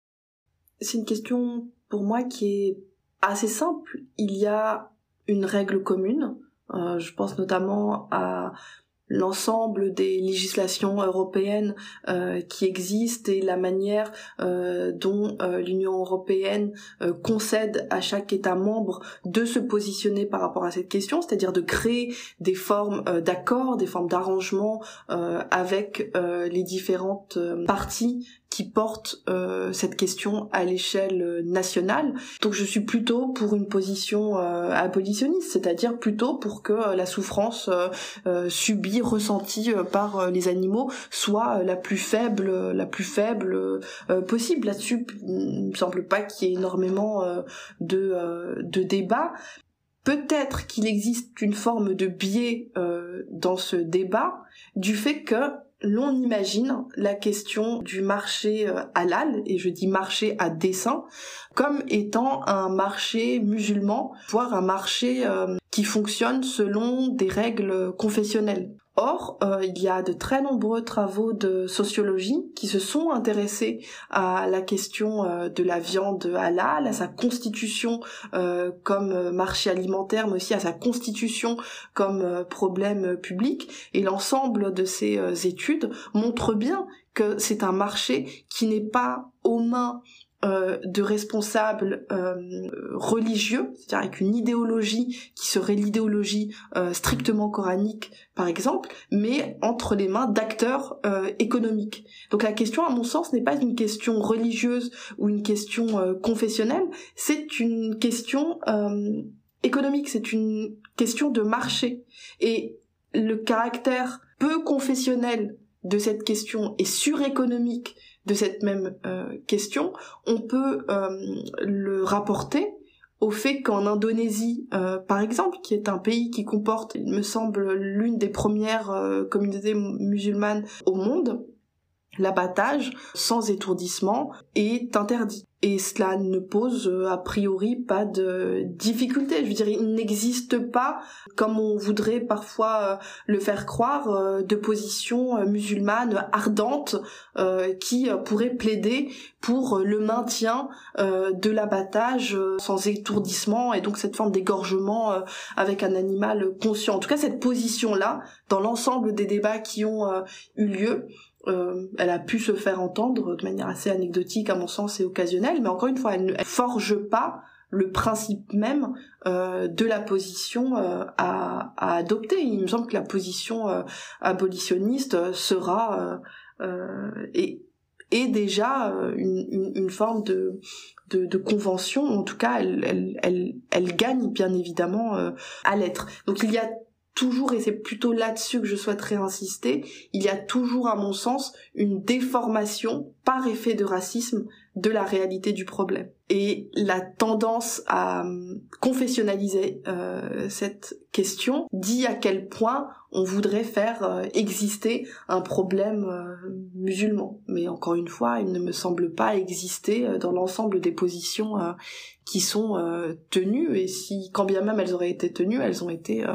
C'est une question pour moi qui est assez simple. Il y a une règle commune. Euh, je pense notamment à l'ensemble des législations européennes euh, qui existent et la manière euh, dont euh, l'Union européenne euh, concède à chaque État membre de se positionner par rapport à cette question, c'est-à-dire de créer des formes euh, d'accords, des formes d'arrangements euh, avec euh, les différentes euh, parties qui portent euh, cette question à l'échelle nationale. Donc je suis plutôt pour une position euh, abolitionniste, c'est-à-dire plutôt pour que euh, la souffrance euh, euh, subie, ressentie euh, par euh, les animaux soit euh, la plus faible, euh, la plus faible euh, possible. Là-dessus, il me semble pas qu'il y ait énormément euh, de, euh, de débats. Peut-être qu'il existe une forme de biais euh, dans ce débat du fait que l'on imagine la question du marché euh, halal, et je dis marché à dessein, comme étant un marché musulman, voire un marché euh, qui fonctionne selon des règles confessionnelles. Or, euh, il y a de très nombreux travaux de sociologie qui se sont intéressés à la question euh, de la viande halal, à sa constitution euh, comme marché alimentaire, mais aussi à sa constitution comme euh, problème public. Et l'ensemble de ces euh, études montrent bien que c'est un marché qui n'est pas aux mains Euh, de responsables euh, religieux, c'est-à-dire avec une idéologie qui serait l'idéologie euh, strictement coranique, par exemple, mais entre les mains d'acteurs euh, économiques. Donc la question, à mon sens, n'est pas une question religieuse ou une question euh, confessionnelle, c'est une question euh, économique, c'est une question de marché. Et le caractère peu confessionnel de cette question et suréconomique de cette même euh, question, on peut euh, le rapporter au fait qu'en Indonésie, euh, par exemple, qui est un pays qui comporte, il me semble, l'une des premières euh, communautés musulmanes au monde, l'abattage sans étourdissement est interdit. Et cela ne pose euh, a priori pas de difficulté. Je veux dire, il n'existe pas, comme on voudrait parfois euh, le faire croire, euh, de position euh, musulmane ardente euh, qui euh, pourrait plaider pour le maintien euh, de l'abattage euh, sans étourdissement et donc cette forme d'égorgement euh, avec un animal conscient. En tout cas, cette position-là, dans l'ensemble des débats qui ont euh, eu lieu, Euh, elle a pu se faire entendre de manière assez anecdotique à mon sens et occasionnelle, mais encore une fois, elle ne elle forge pas le principe même euh, de la position euh, à, à adopter. Il me semble que la position euh, abolitionniste sera euh, euh, et est déjà une, une, une forme de, de, de convention. En tout cas, elle, elle, elle, elle gagne bien évidemment euh, à l'être. Donc il y a toujours, et c'est plutôt là-dessus que je souhaiterais insister, il y a toujours, à mon sens, une déformation par effet de racisme de la réalité du problème. Et la tendance à confessionnaliser euh, cette question dit à quel point on voudrait faire euh, exister un problème euh, musulman. Mais encore une fois, il ne me semble pas exister euh, dans l'ensemble des positions euh, qui sont euh, tenues, et si, quand bien même elles auraient été tenues, elles ont été euh,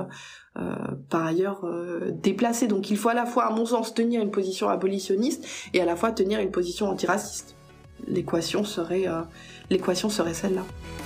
euh, par ailleurs euh, déplacée. Donc il faut à la fois, à mon sens, tenir une position abolitionniste et à la fois tenir une position antiraciste. L'équation serait, euh, l'équation serait celle-là.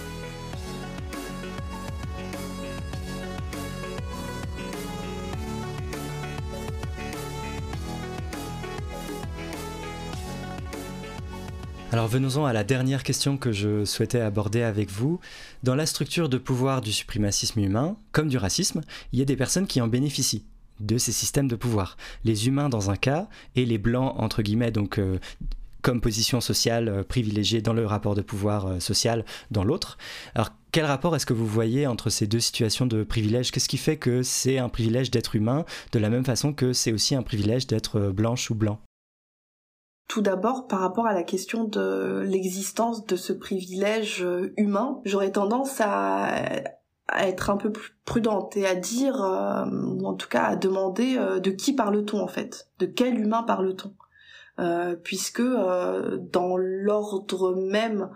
Alors venons-en à la dernière question que je souhaitais aborder avec vous. Dans la structure de pouvoir du suprémacisme humain, comme du racisme, il y a des personnes qui en bénéficient de ces systèmes de pouvoir. Les humains dans un cas et les blancs, entre guillemets, donc euh, comme position sociale euh, privilégiée dans le rapport de pouvoir euh, social dans l'autre. Alors quel rapport est-ce que vous voyez entre ces deux situations de privilège ? Qu'est-ce qui fait que c'est un privilège d'être humain de la même façon que c'est aussi un privilège d'être euh, blanche ou blanc ? Tout d'abord, par rapport à la question de l'existence de ce privilège humain, j'aurais tendance à, à être un peu plus prudente et à dire, euh, ou en tout cas à demander euh, de qui parle-t-on en fait ? De quel humain parle-t-on ? euh, Puisque euh, dans l'ordre même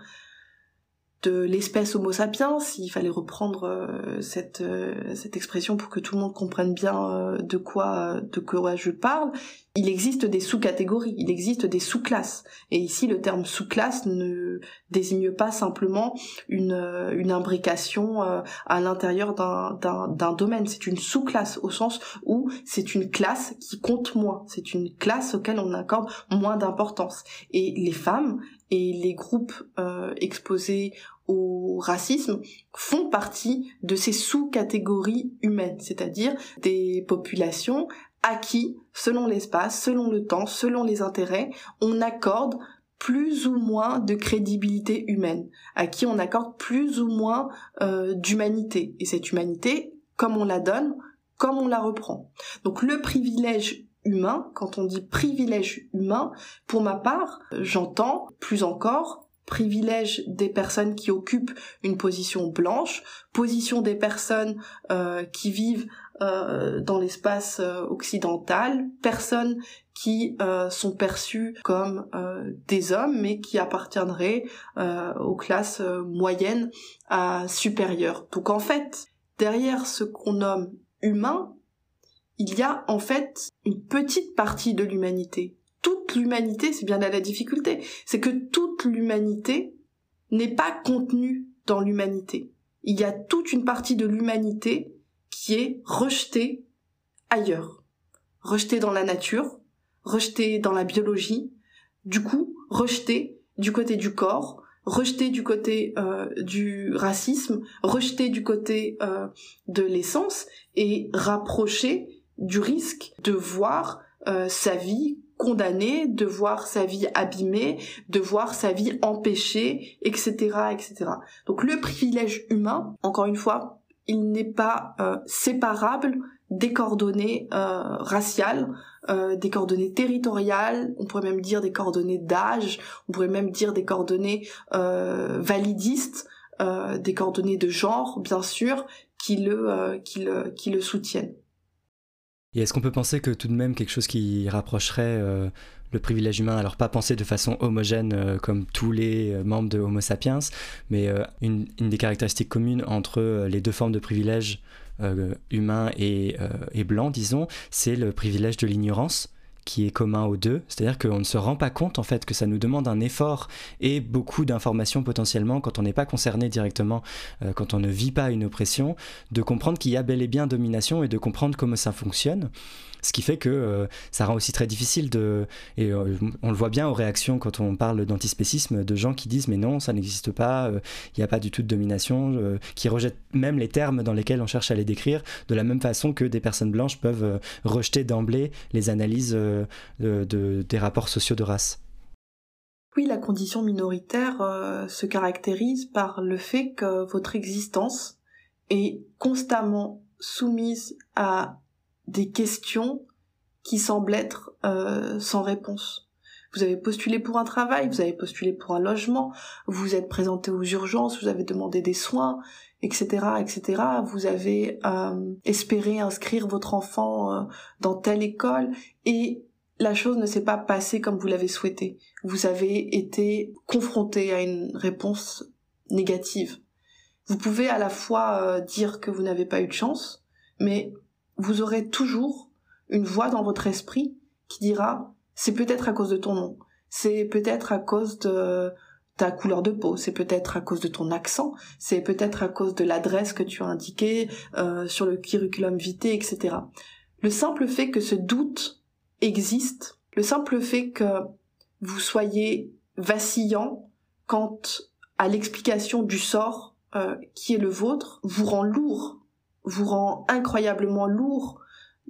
de l'espèce Homo sapiens, il fallait reprendre euh, cette euh, cette expression pour que tout le monde comprenne bien euh, de quoi de quoi je parle, il existe des sous-catégories, il existe des sous-classes. Et ici, le terme sous-classe ne désigne pas simplement une euh, une imbrication euh, à l'intérieur d'un d'un d'un domaine, c'est une sous-classe au sens où c'est une classe qui compte moins, c'est une classe auquel on accorde moins d'importance. Et les femmes et les groupes euh, exposés au racisme font partie de ces sous-catégories humaines, c'est-à-dire des populations à qui, selon l'espace, selon le temps, selon les intérêts, on accorde plus ou moins de crédibilité humaine, à qui on accorde plus ou moins euh, d'humanité. Et cette humanité, comme on la donne, comme on la reprend. Donc le privilège humain, quand on dit privilège humain, pour ma part, j'entends plus encore privilège des personnes qui occupent une position blanche, position des personnes euh, qui vivent euh, dans l'espace euh, occidental, personnes qui euh, sont perçues comme euh, des hommes mais qui appartiendraient euh, aux classes euh, moyennes à supérieures. Donc en fait, derrière ce qu'on nomme humain, il y a en fait une petite partie de l'humanité. Toute l'humanité, c'est bien là la difficulté, c'est que toute l'humanité n'est pas contenue dans l'humanité. Il y a toute une partie de l'humanité qui est rejetée ailleurs. Rejetée dans la nature, rejetée dans la biologie, du coup rejetée du côté du corps, rejetée du côté euh, du racisme, rejetée du côté euh, de l'essence et rapprochée du risque de voir euh, sa vie condamnée, de voir sa vie abîmée, de voir sa vie empêchée, et cetera, et cetera. Donc le privilège humain, encore une fois, il n'est pas euh, séparable des coordonnées euh, raciales, euh, des coordonnées territoriales, on pourrait même dire des coordonnées d'âge, on pourrait même dire des coordonnées euh, validistes, euh, des coordonnées de genre, bien sûr, qui le, euh, qui le, qui le soutiennent. Et est-ce qu'on peut penser que tout de même quelque chose qui rapprocherait euh, le privilège humain, alors pas penser de façon homogène euh, comme tous les euh, membres de Homo sapiens, mais euh, une, une des caractéristiques communes entre euh, les deux formes de privilège euh, humain et, euh, et blanc, disons, c'est le privilège de l'ignorance qui est commun aux deux, c'est-à-dire qu'on ne se rend pas compte en fait que ça nous demande un effort et beaucoup d'informations potentiellement quand on n'est pas concerné directement, euh, quand on ne vit pas une oppression, de comprendre qu'il y a bel et bien domination et de comprendre comment ça fonctionne. Ce qui fait que euh, ça rend aussi très difficile de... Et euh, on le voit bien aux réactions quand on parle d'antispécisme, de gens qui disent « mais non, ça n'existe pas, il euh, n'y a pas du tout de domination euh, », qui rejettent même les termes dans lesquels on cherche à les décrire, de la même façon que des personnes blanches peuvent euh, rejeter d'emblée les analyses euh, de, de, des rapports sociaux de race. Oui, la condition minoritaire euh, se caractérise par le fait que votre existence est constamment soumise à des questions qui semblent être euh, sans réponse. Vous avez postulé pour un travail, vous avez postulé pour un logement, vous êtes présenté aux urgences, vous avez demandé des soins, et cetera, et cetera. Vous avez euh, espéré inscrire votre enfant euh, dans telle école et la chose ne s'est pas passée comme vous l'avez souhaité. Vous avez été confronté à une réponse négative. Vous pouvez à la fois euh, dire que vous n'avez pas eu de chance, mais vous aurez toujours une voix dans votre esprit qui dira « c'est peut-être à cause de ton nom, c'est peut-être à cause de ta couleur de peau, c'est peut-être à cause de ton accent, c'est peut-être à cause de l'adresse que tu as indiquée euh, sur le curriculum vitae, et cetera » Le simple fait que ce doute existe, le simple fait que vous soyez vacillant quant à l'explication du sort euh, qui est le vôtre, vous rend lourd, vous rend incroyablement lourd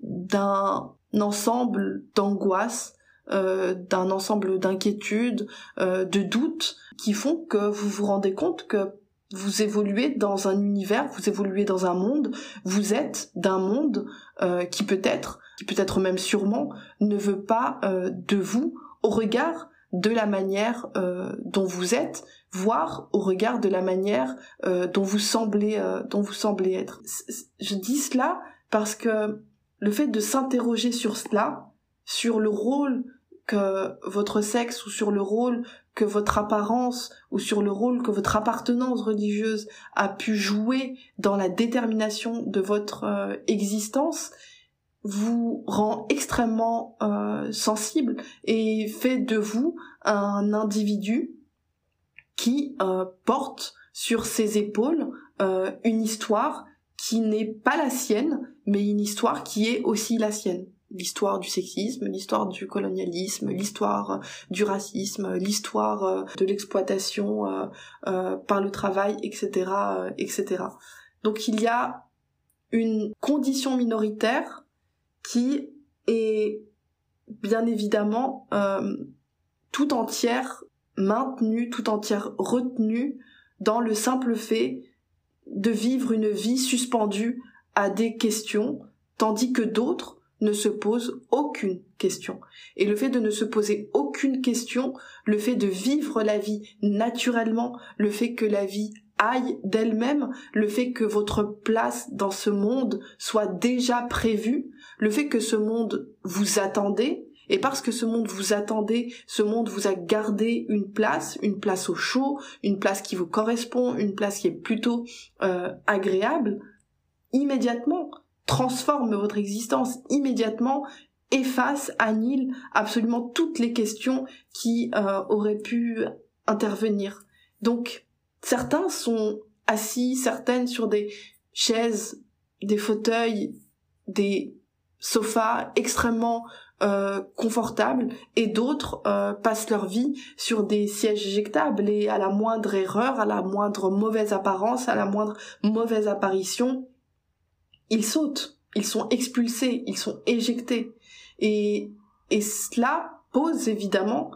d'un ensemble d'angoisses, euh, d'un ensemble d'inquiétudes, euh, de doutes qui font que vous vous rendez compte que vous évoluez dans un univers, vous évoluez dans un monde, vous êtes d'un monde euh, qui peut-être, qui peut-être même sûrement, ne veut pas euh, de vous au regard de la manière euh, dont vous êtes, voire au regard de la manière euh, dont vous semblez, euh, dont vous semblez être. Je dis cela parce que le fait de s'interroger sur cela, sur le rôle que votre sexe ou sur le rôle que votre apparence ou sur le rôle que votre appartenance religieuse a pu jouer dans la détermination de votre euh, existence, vous rend extrêmement euh, sensible et fait de vous un individu qui euh, porte sur ses épaules euh, une histoire qui n'est pas la sienne, mais une histoire qui est aussi la sienne. L'histoire du sexisme, l'histoire du colonialisme, l'histoire du racisme, l'histoire de l'exploitation euh, euh, par le travail, et cetera, euh, et cetera. Donc il y a une condition minoritaire qui est bien évidemment euh, tout entière maintenue, tout entière retenue dans le simple fait de vivre une vie suspendue à des questions, tandis que d'autres ne se posent aucune question. Et le fait de ne se poser aucune question, le fait de vivre la vie naturellement, le fait que la vie aille d'elle-même, le fait que votre place dans ce monde soit déjà prévue, le fait que ce monde vous attendait, et parce que ce monde vous attendait, ce monde vous a gardé une place, une place au chaud, une place qui vous correspond, une place qui est plutôt euh, agréable, immédiatement transforme votre existence, immédiatement efface, annule absolument toutes les questions qui euh, auraient pu intervenir. Donc, certains sont assis, certaines sur des chaises, des fauteuils, des sofas extrêmement euh, confortables, et d'autres euh, passent leur vie sur des sièges éjectables, et à la moindre erreur, à la moindre mauvaise apparence, à la moindre mauvaise apparition, ils sautent, ils sont expulsés, ils sont éjectés. Et, et cela pose évidemment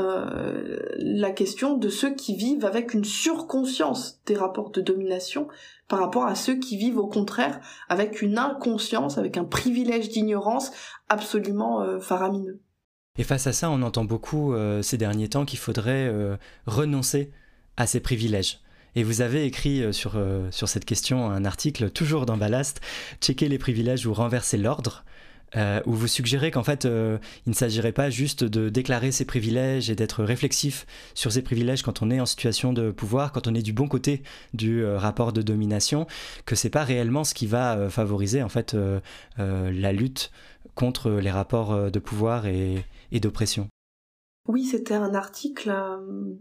euh, la question de ceux qui vivent avec une surconscience des rapports de domination par rapport à ceux qui vivent au contraire avec une inconscience, avec un privilège d'ignorance absolument euh, faramineux. Et face à ça, on entend beaucoup euh, ces derniers temps qu'il faudrait euh, renoncer à ces privilèges. Et vous avez écrit sur, euh, sur cette question un article, toujours dans Ballast, « Checker les privilèges ou renverser l'ordre », euh, où vous suggérez qu'en fait, euh, il ne s'agirait pas juste de déclarer ses privilèges et d'être réflexif sur ses privilèges quand on est en situation de pouvoir, quand on est du bon côté du euh, rapport de domination, que c'est pas réellement ce qui va euh, favoriser en fait euh, euh, la lutte contre les rapports de pouvoir et, et d'oppression. Oui, c'était un article... Euh...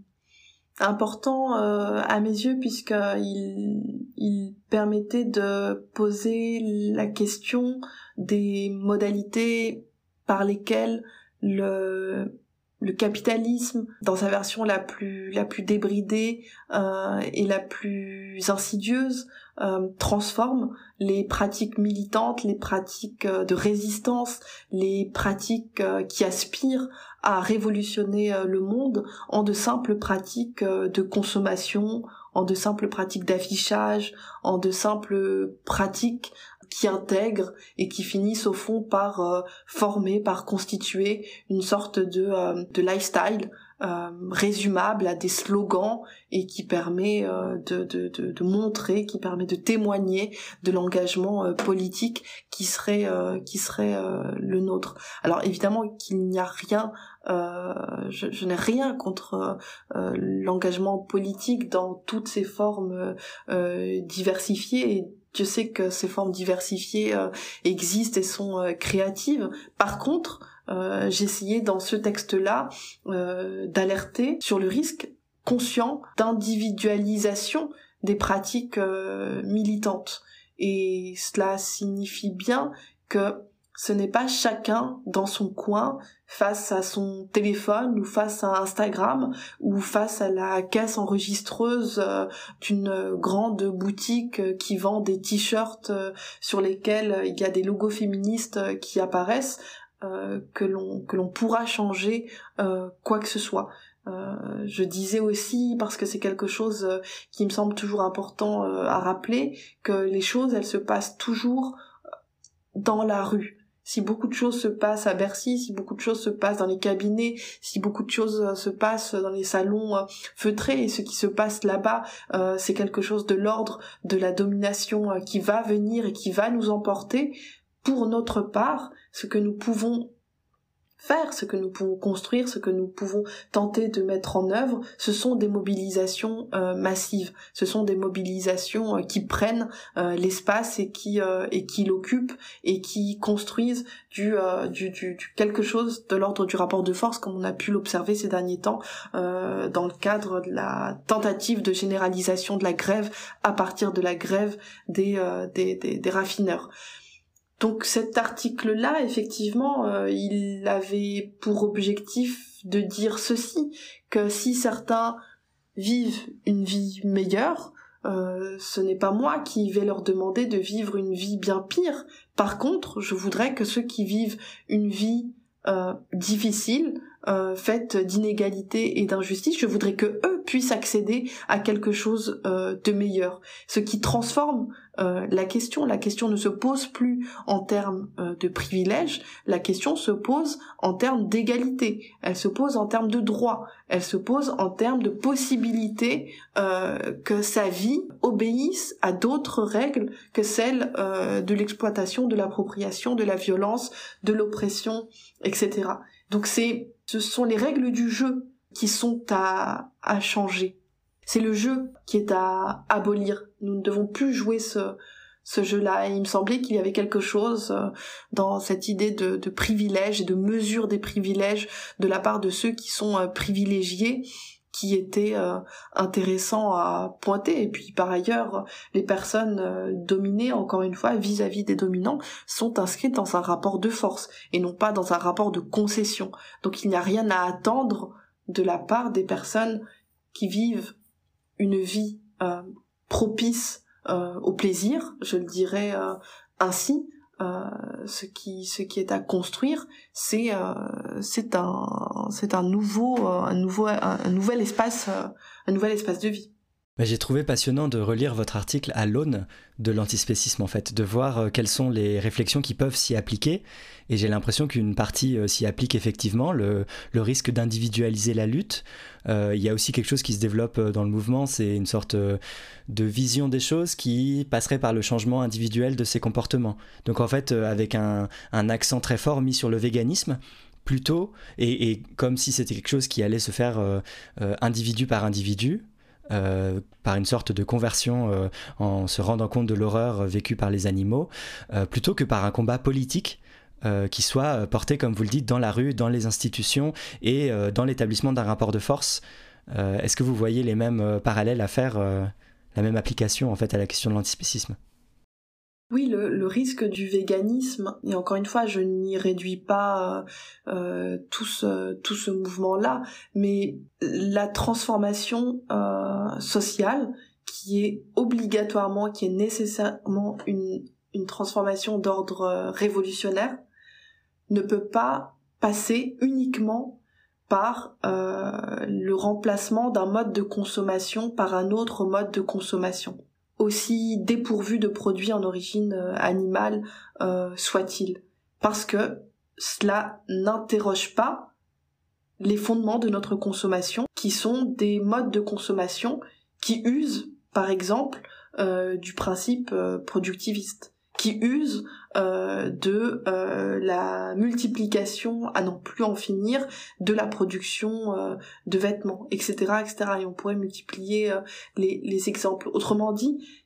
important euh, à mes yeux, puisqu'il il permettait de poser la question des modalités par lesquelles le le capitalisme, dans sa version la plus la plus débridée euh, et la plus insidieuse, euh, transforme les pratiques militantes, les pratiques euh, de résistance, les pratiques euh, qui aspirent à révolutionner euh, le monde en de simples pratiques euh, de consommation, en de simples pratiques d'affichage, en de simples pratiques qui intègrent et qui finissent au fond par euh, former, par constituer une sorte de, euh, de lifestyle euh, résumable à des slogans et qui permet euh, de, de, de, de montrer, qui permet de témoigner de l'engagement euh, politique qui serait, euh, qui serait euh, le nôtre. Alors évidemment qu'il n'y a rien, euh, je, je n'ai rien contre euh, l'engagement politique dans toutes ses formes euh, diversifiées, et Dieu sait que ces formes diversifiées euh, existent et sont euh, créatives. Par contre, euh, j'ai essayé dans ce texte-là euh, d'alerter sur le risque conscient d'individualisation des pratiques euh, militantes. Et cela signifie bien que ce n'est pas chacun dans son coin, face à son téléphone ou face à Instagram ou face à la caisse enregistreuse euh, d'une grande boutique euh, qui vend des t-shirts euh, sur lesquels euh, il y a des logos féministes euh, qui apparaissent, euh, que l'on que l'on pourra changer euh, quoi que ce soit. Euh, je disais aussi, parce que c'est quelque chose euh, qui me semble toujours important euh, à rappeler, que les choses, elles se passent toujours dans la rue. Si beaucoup de choses se passent à Bercy, si beaucoup de choses se passent dans les cabinets, si beaucoup de choses euh, se passent dans les salons euh, feutrés, et ce qui se passe là-bas, euh, c'est quelque chose de l'ordre de la domination euh, qui va venir et qui va nous emporter. Pour notre part, ce que nous pouvons faire, ce que nous pouvons construire, ce que nous pouvons tenter de mettre en œuvre, ce sont des mobilisations euh, massives, ce sont des mobilisations euh, qui prennent euh, l'espace et qui euh, et qui l'occupent et qui construisent du, euh, du, du, du quelque chose de l'ordre du rapport de force, comme on a pu l'observer ces derniers temps euh, dans le cadre de la tentative de généralisation de la grève à partir de la grève des euh, des, des, des raffineurs. Donc cet article-là, effectivement, euh, il avait pour objectif de dire ceci, que si certains vivent une vie meilleure, euh, ce n'est pas moi qui vais leur demander de vivre une vie bien pire. Par contre, je voudrais que ceux qui vivent une vie euh, difficile, euh, faite d'inégalité et d'injustice, je voudrais que eux puissent accéder à quelque chose euh, de meilleur. Ce qui transforme euh, la question. La question ne se pose plus en termes euh, de privilèges, la question se pose en termes d'égalité, elle se pose en termes de droit, elle se pose en termes de possibilité euh, que sa vie obéisse à d'autres règles que celles euh, de l'exploitation, de l'appropriation, de la violence, de l'oppression, et cetera. Donc c'est, ce sont les règles du jeu qui sont à, à changer. C'est le jeu qui est à abolir. Nous ne devons plus jouer ce, ce jeu-là. Et il me semblait qu'il y avait quelque chose dans cette idée de, de privilège et de mesure des privilèges de la part de ceux qui sont privilégiés, qui était euh, intéressant à pointer. Et puis par ailleurs, les personnes euh, dominées, encore une fois, vis-à-vis des dominants, sont inscrites dans un rapport de force et non pas dans un rapport de concession. Donc il n'y a rien à attendre de la part des personnes qui vivent une vie euh, propice euh, au plaisir, je le dirais euh, ainsi. Euh, ce qui ce qui est à construire, c'est euh, c'est un c'est un nouveau euh, un nouveau un, un nouvel espace euh, un nouvel espace de vie. J'ai trouvé passionnant de relire votre article à l'aune de l'antispécisme, en fait, de voir quelles sont les réflexions qui peuvent s'y appliquer. Et j'ai l'impression qu'une partie s'y applique effectivement, le, le risque d'individualiser la lutte. Euh, il y a aussi quelque chose qui se développe dans le mouvement, c'est une sorte de vision des choses qui passerait par le changement individuel de ses comportements. Donc en fait, avec un, un accent très fort mis sur le véganisme, plutôt, et, et comme si c'était quelque chose qui allait se faire euh, euh, individu par individu, Euh, par une sorte de conversion euh, en se rendant compte de l'horreur vécue par les animaux, euh, plutôt que par un combat politique euh, qui soit porté, comme vous le dites, dans la rue, dans les institutions et euh, dans l'établissement d'un rapport de force. Euh, est-ce que vous voyez les mêmes euh, parallèles à faire, euh, la même application en fait à la question de l'antispécisme ? Oui, le, le risque du véganisme, et encore une fois, je n'y réduis pas euh, tout ce, tout ce mouvement-là, mais la transformation euh, sociale qui est obligatoirement, qui est nécessairement une, une transformation d'ordre révolutionnaire, ne peut pas passer uniquement par euh, le remplacement d'un mode de consommation par un autre mode de consommation, aussi dépourvu de produits en origine euh, animale euh, soit-il, parce que cela n'interroge pas les fondements de notre consommation, qui sont des modes de consommation qui usent, par exemple, euh, du principe euh, productiviste, qui usent euh, de euh, la multiplication à n'en plus en finir de la production euh, de vêtements, et cetera, et cetera. Et on pourrait multiplier euh, les, les exemples. Autrement dit,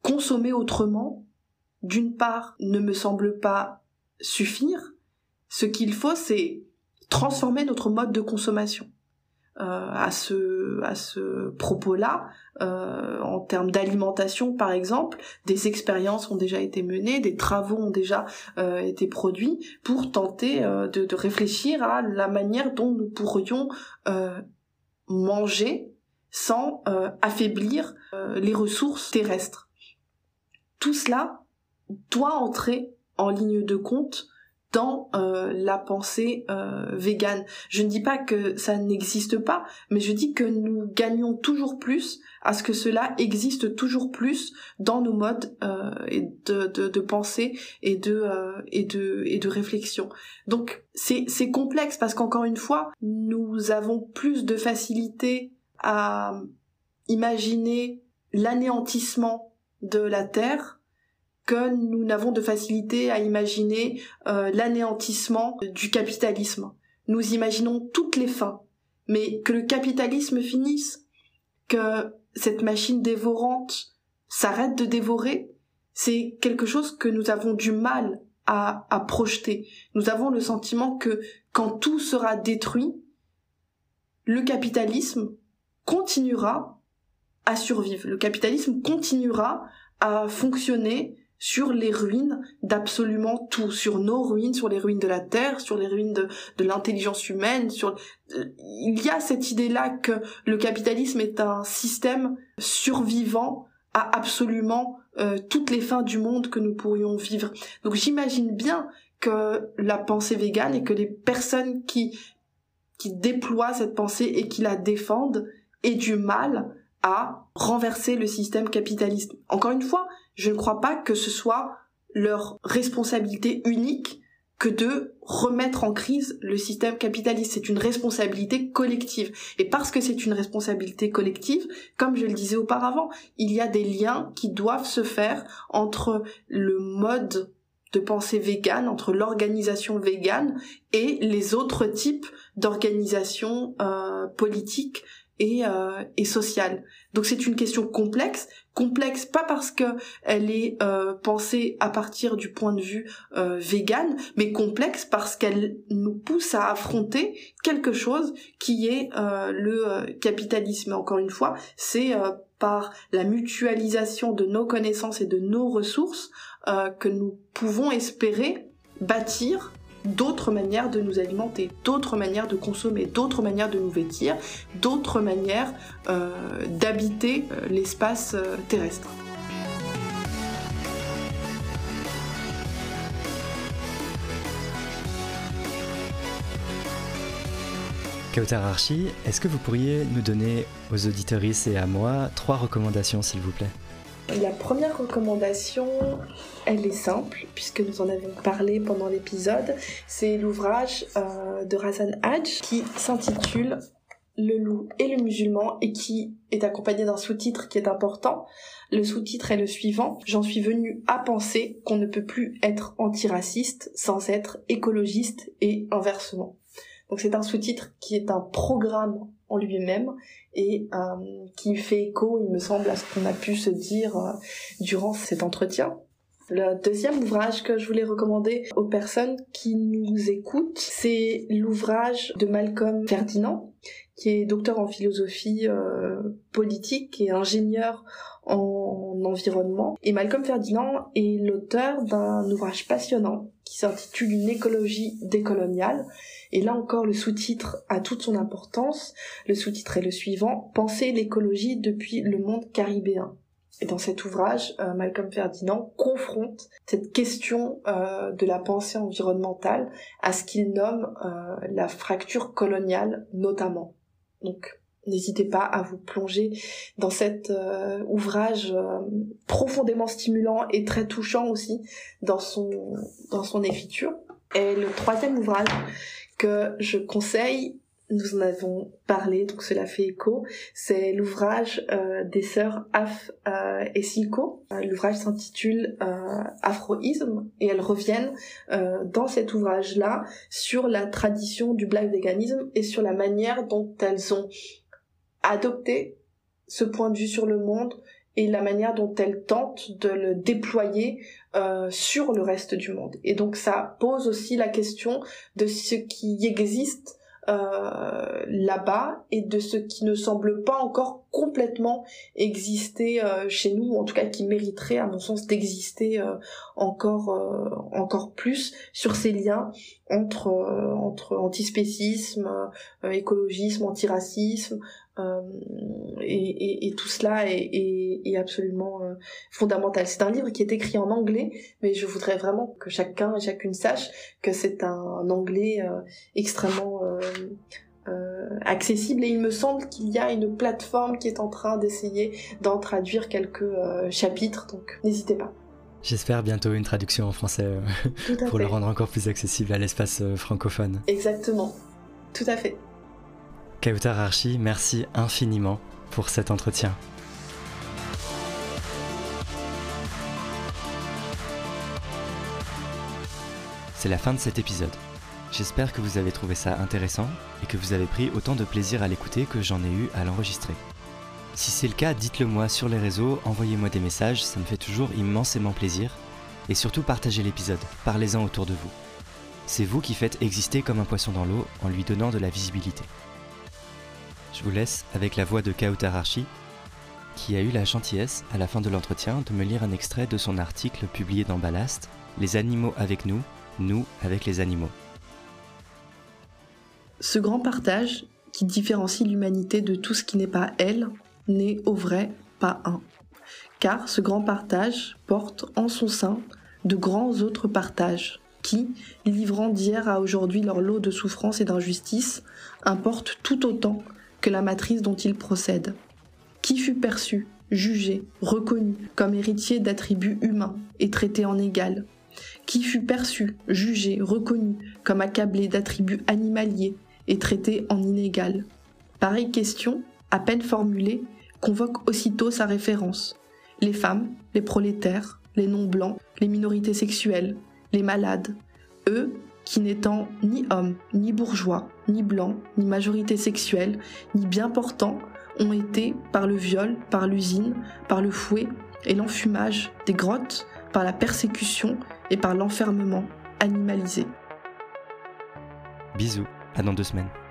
consommer autrement, d'une part, ne me semble pas suffire. Ce qu'il faut, c'est transformer notre mode de consommation. Euh, à ce à ce propos-là, euh, en termes d'alimentation par exemple, des expériences ont déjà été menées, des travaux ont déjà euh, été produits pour tenter euh, de, de réfléchir à la manière dont nous pourrions euh, manger sans euh, affaiblir euh, les ressources terrestres. Tout cela doit entrer en ligne de compte dans euh, la pensée euh, végane. Je ne dis pas que ça n'existe pas, mais je dis que nous gagnons toujours plus à ce que cela existe toujours plus dans nos modes euh, de, de, de pensée et de, euh, et, de, et de réflexion. Donc c'est, c'est complexe parce qu'encore une fois, nous avons plus de facilité à imaginer l'anéantissement de la Terre que nous n'avons de facilité à imaginer euh, l'anéantissement du capitalisme. Nous imaginons toutes les fins, mais que le capitalisme finisse, que cette machine dévorante s'arrête de dévorer, c'est quelque chose que nous avons du mal à, à projeter. Nous avons le sentiment que quand tout sera détruit, le capitalisme continuera à survivre. Le capitalisme continuera à fonctionner sur les ruines d'absolument tout, sur nos ruines, sur les ruines de la Terre, sur les ruines de, de l'intelligence humaine, sur... Il y a cette idée-là que le capitalisme est un système survivant à absolument euh, toutes les fins du monde que nous pourrions vivre. Donc j'imagine bien que la pensée végane et que les personnes qui, qui déploient cette pensée et qui la défendent aient du mal à renverser le système capitaliste. Encore une fois, je ne crois pas que ce soit leur responsabilité unique que de remettre en crise le système capitaliste. C'est une responsabilité collective. Et parce que c'est une responsabilité collective, comme je le disais auparavant, il y a des liens qui doivent se faire entre le mode de pensée végane, entre l'organisation végane et les autres types d'organisations euh, politiques et, euh, et sociale. Donc c'est une question complexe, complexe pas parce que elle est euh, pensée à partir du point de vue euh, vegan, mais complexe parce qu'elle nous pousse à affronter quelque chose qui est euh, le euh, capitalisme. Encore une fois, c'est euh, par la mutualisation de nos connaissances et de nos ressources euh, que nous pouvons espérer bâtir d'autres manières de nous alimenter, d'autres manières de consommer, d'autres manières de nous vêtir, d'autres manières euh, d'habiter euh, l'espace euh, terrestre. Kautar Archi, est-ce que vous pourriez nous donner aux auditrices et à moi trois recommandations s'il vous plaît ? La première recommandation, elle est simple, puisque nous en avons parlé pendant l'épisode. C'est l'ouvrage euh, de Razan Haj qui s'intitule « Le loup et le musulman » et qui est accompagné d'un sous-titre qui est important. Le sous-titre est le suivant. « J'en suis venue à penser qu'on ne peut plus être antiraciste sans être écologiste et inversement. » Donc c'est un sous-titre qui est un programme en lui-même et euh, qui fait écho, il me semble, à ce qu'on a pu se dire euh, durant cet entretien. Le deuxième ouvrage que je voulais recommander aux personnes qui nous écoutent, c'est l'ouvrage de Malcolm Ferdinand, qui est docteur en philosophie euh, politique et ingénieur en environnement. Et Malcolm Ferdinand est l'auteur d'un ouvrage passionnant qui s'intitule « Une écologie décoloniale ». Et là encore, le sous-titre a toute son importance. Le sous-titre est le suivant « Penser l'écologie depuis le monde caribéen ». Et dans cet ouvrage, euh, Malcolm Ferdinand confronte cette question euh, de la pensée environnementale à ce qu'il nomme euh, la fracture coloniale notamment. Donc, n'hésitez pas à vous plonger dans cet euh, ouvrage euh, profondément stimulant et très touchant aussi dans son, dans son écriture. Et le troisième ouvrage que je conseille, nous en avons parlé, donc cela fait écho, c'est l'ouvrage euh, des sœurs Af euh, et Silko. Euh, l'ouvrage s'intitule euh, Afroïsme et elles reviennent euh, dans cet ouvrage-là sur la tradition du black véganisme et sur la manière dont elles ont adopté ce point de vue sur le monde et la manière dont elle tente de le déployer euh, sur le reste du monde. Et donc ça pose aussi la question de ce qui existe euh, là-bas et de ce qui ne semble pas encore complètement exister euh, chez nous, ou en tout cas qui mériterait à mon sens d'exister euh, encore euh, encore plus, sur ces liens entre euh, entre antispécisme, euh, écologisme, antiracisme, euh, et, et, et tout cela est, est, est absolument euh, fondamental. C'est un livre qui est écrit en anglais, mais je voudrais vraiment que chacun et chacune sache que c'est un, un anglais euh, extrêmement euh, euh, accessible, et il me semble qu'il y a une plateforme qui est en train d'essayer d'en traduire quelques euh, chapitres, donc n'hésitez pas. J'espère bientôt une traduction en français euh, pour fait. le rendre encore plus accessible à l'espace euh, francophone. Exactement, tout à fait. Kautar Archi, merci infiniment pour cet entretien. C'est la fin de cet épisode. J'espère que vous avez trouvé ça intéressant et que vous avez pris autant de plaisir à l'écouter que j'en ai eu à l'enregistrer. Si c'est le cas, dites-le moi sur les réseaux, envoyez-moi des messages, ça me fait toujours immensément plaisir. Et surtout partagez l'épisode, parlez-en autour de vous. C'est vous qui faites exister comme un poisson dans l'eau en lui donnant de la visibilité. Je vous laisse avec la voix de Kautar Archi, qui a eu la gentillesse, à la fin de l'entretien, de me lire un extrait de son article publié dans Ballast, « Les animaux avec nous, nous avec les animaux ». Ce grand partage qui différencie l'humanité de tout ce qui n'est pas elle, n'est au vrai pas un. Car ce grand partage porte en son sein de grands autres partages qui, livrant d'hier à aujourd'hui leur lot de souffrance et d'injustice, importent tout autant que la matrice dont ils procèdent. Qui fut perçu, jugé, reconnu comme héritier d'attributs humains et traité en égal? Qui fut perçu, jugé, reconnu comme accablé d'attributs animaliers et traité en inégal? Pareille question, à peine formulée, convoque aussitôt sa référence. Les femmes, les prolétaires, les non-blancs, les minorités sexuelles, les malades, eux qui n'étant ni hommes, ni bourgeois, ni blancs, ni majorité sexuelle, ni bien portants, ont été, par le viol, par l'usine, par le fouet et l'enfumage des grottes, par la persécution et par l'enfermement, animalisés. Bisous, à dans deux semaines.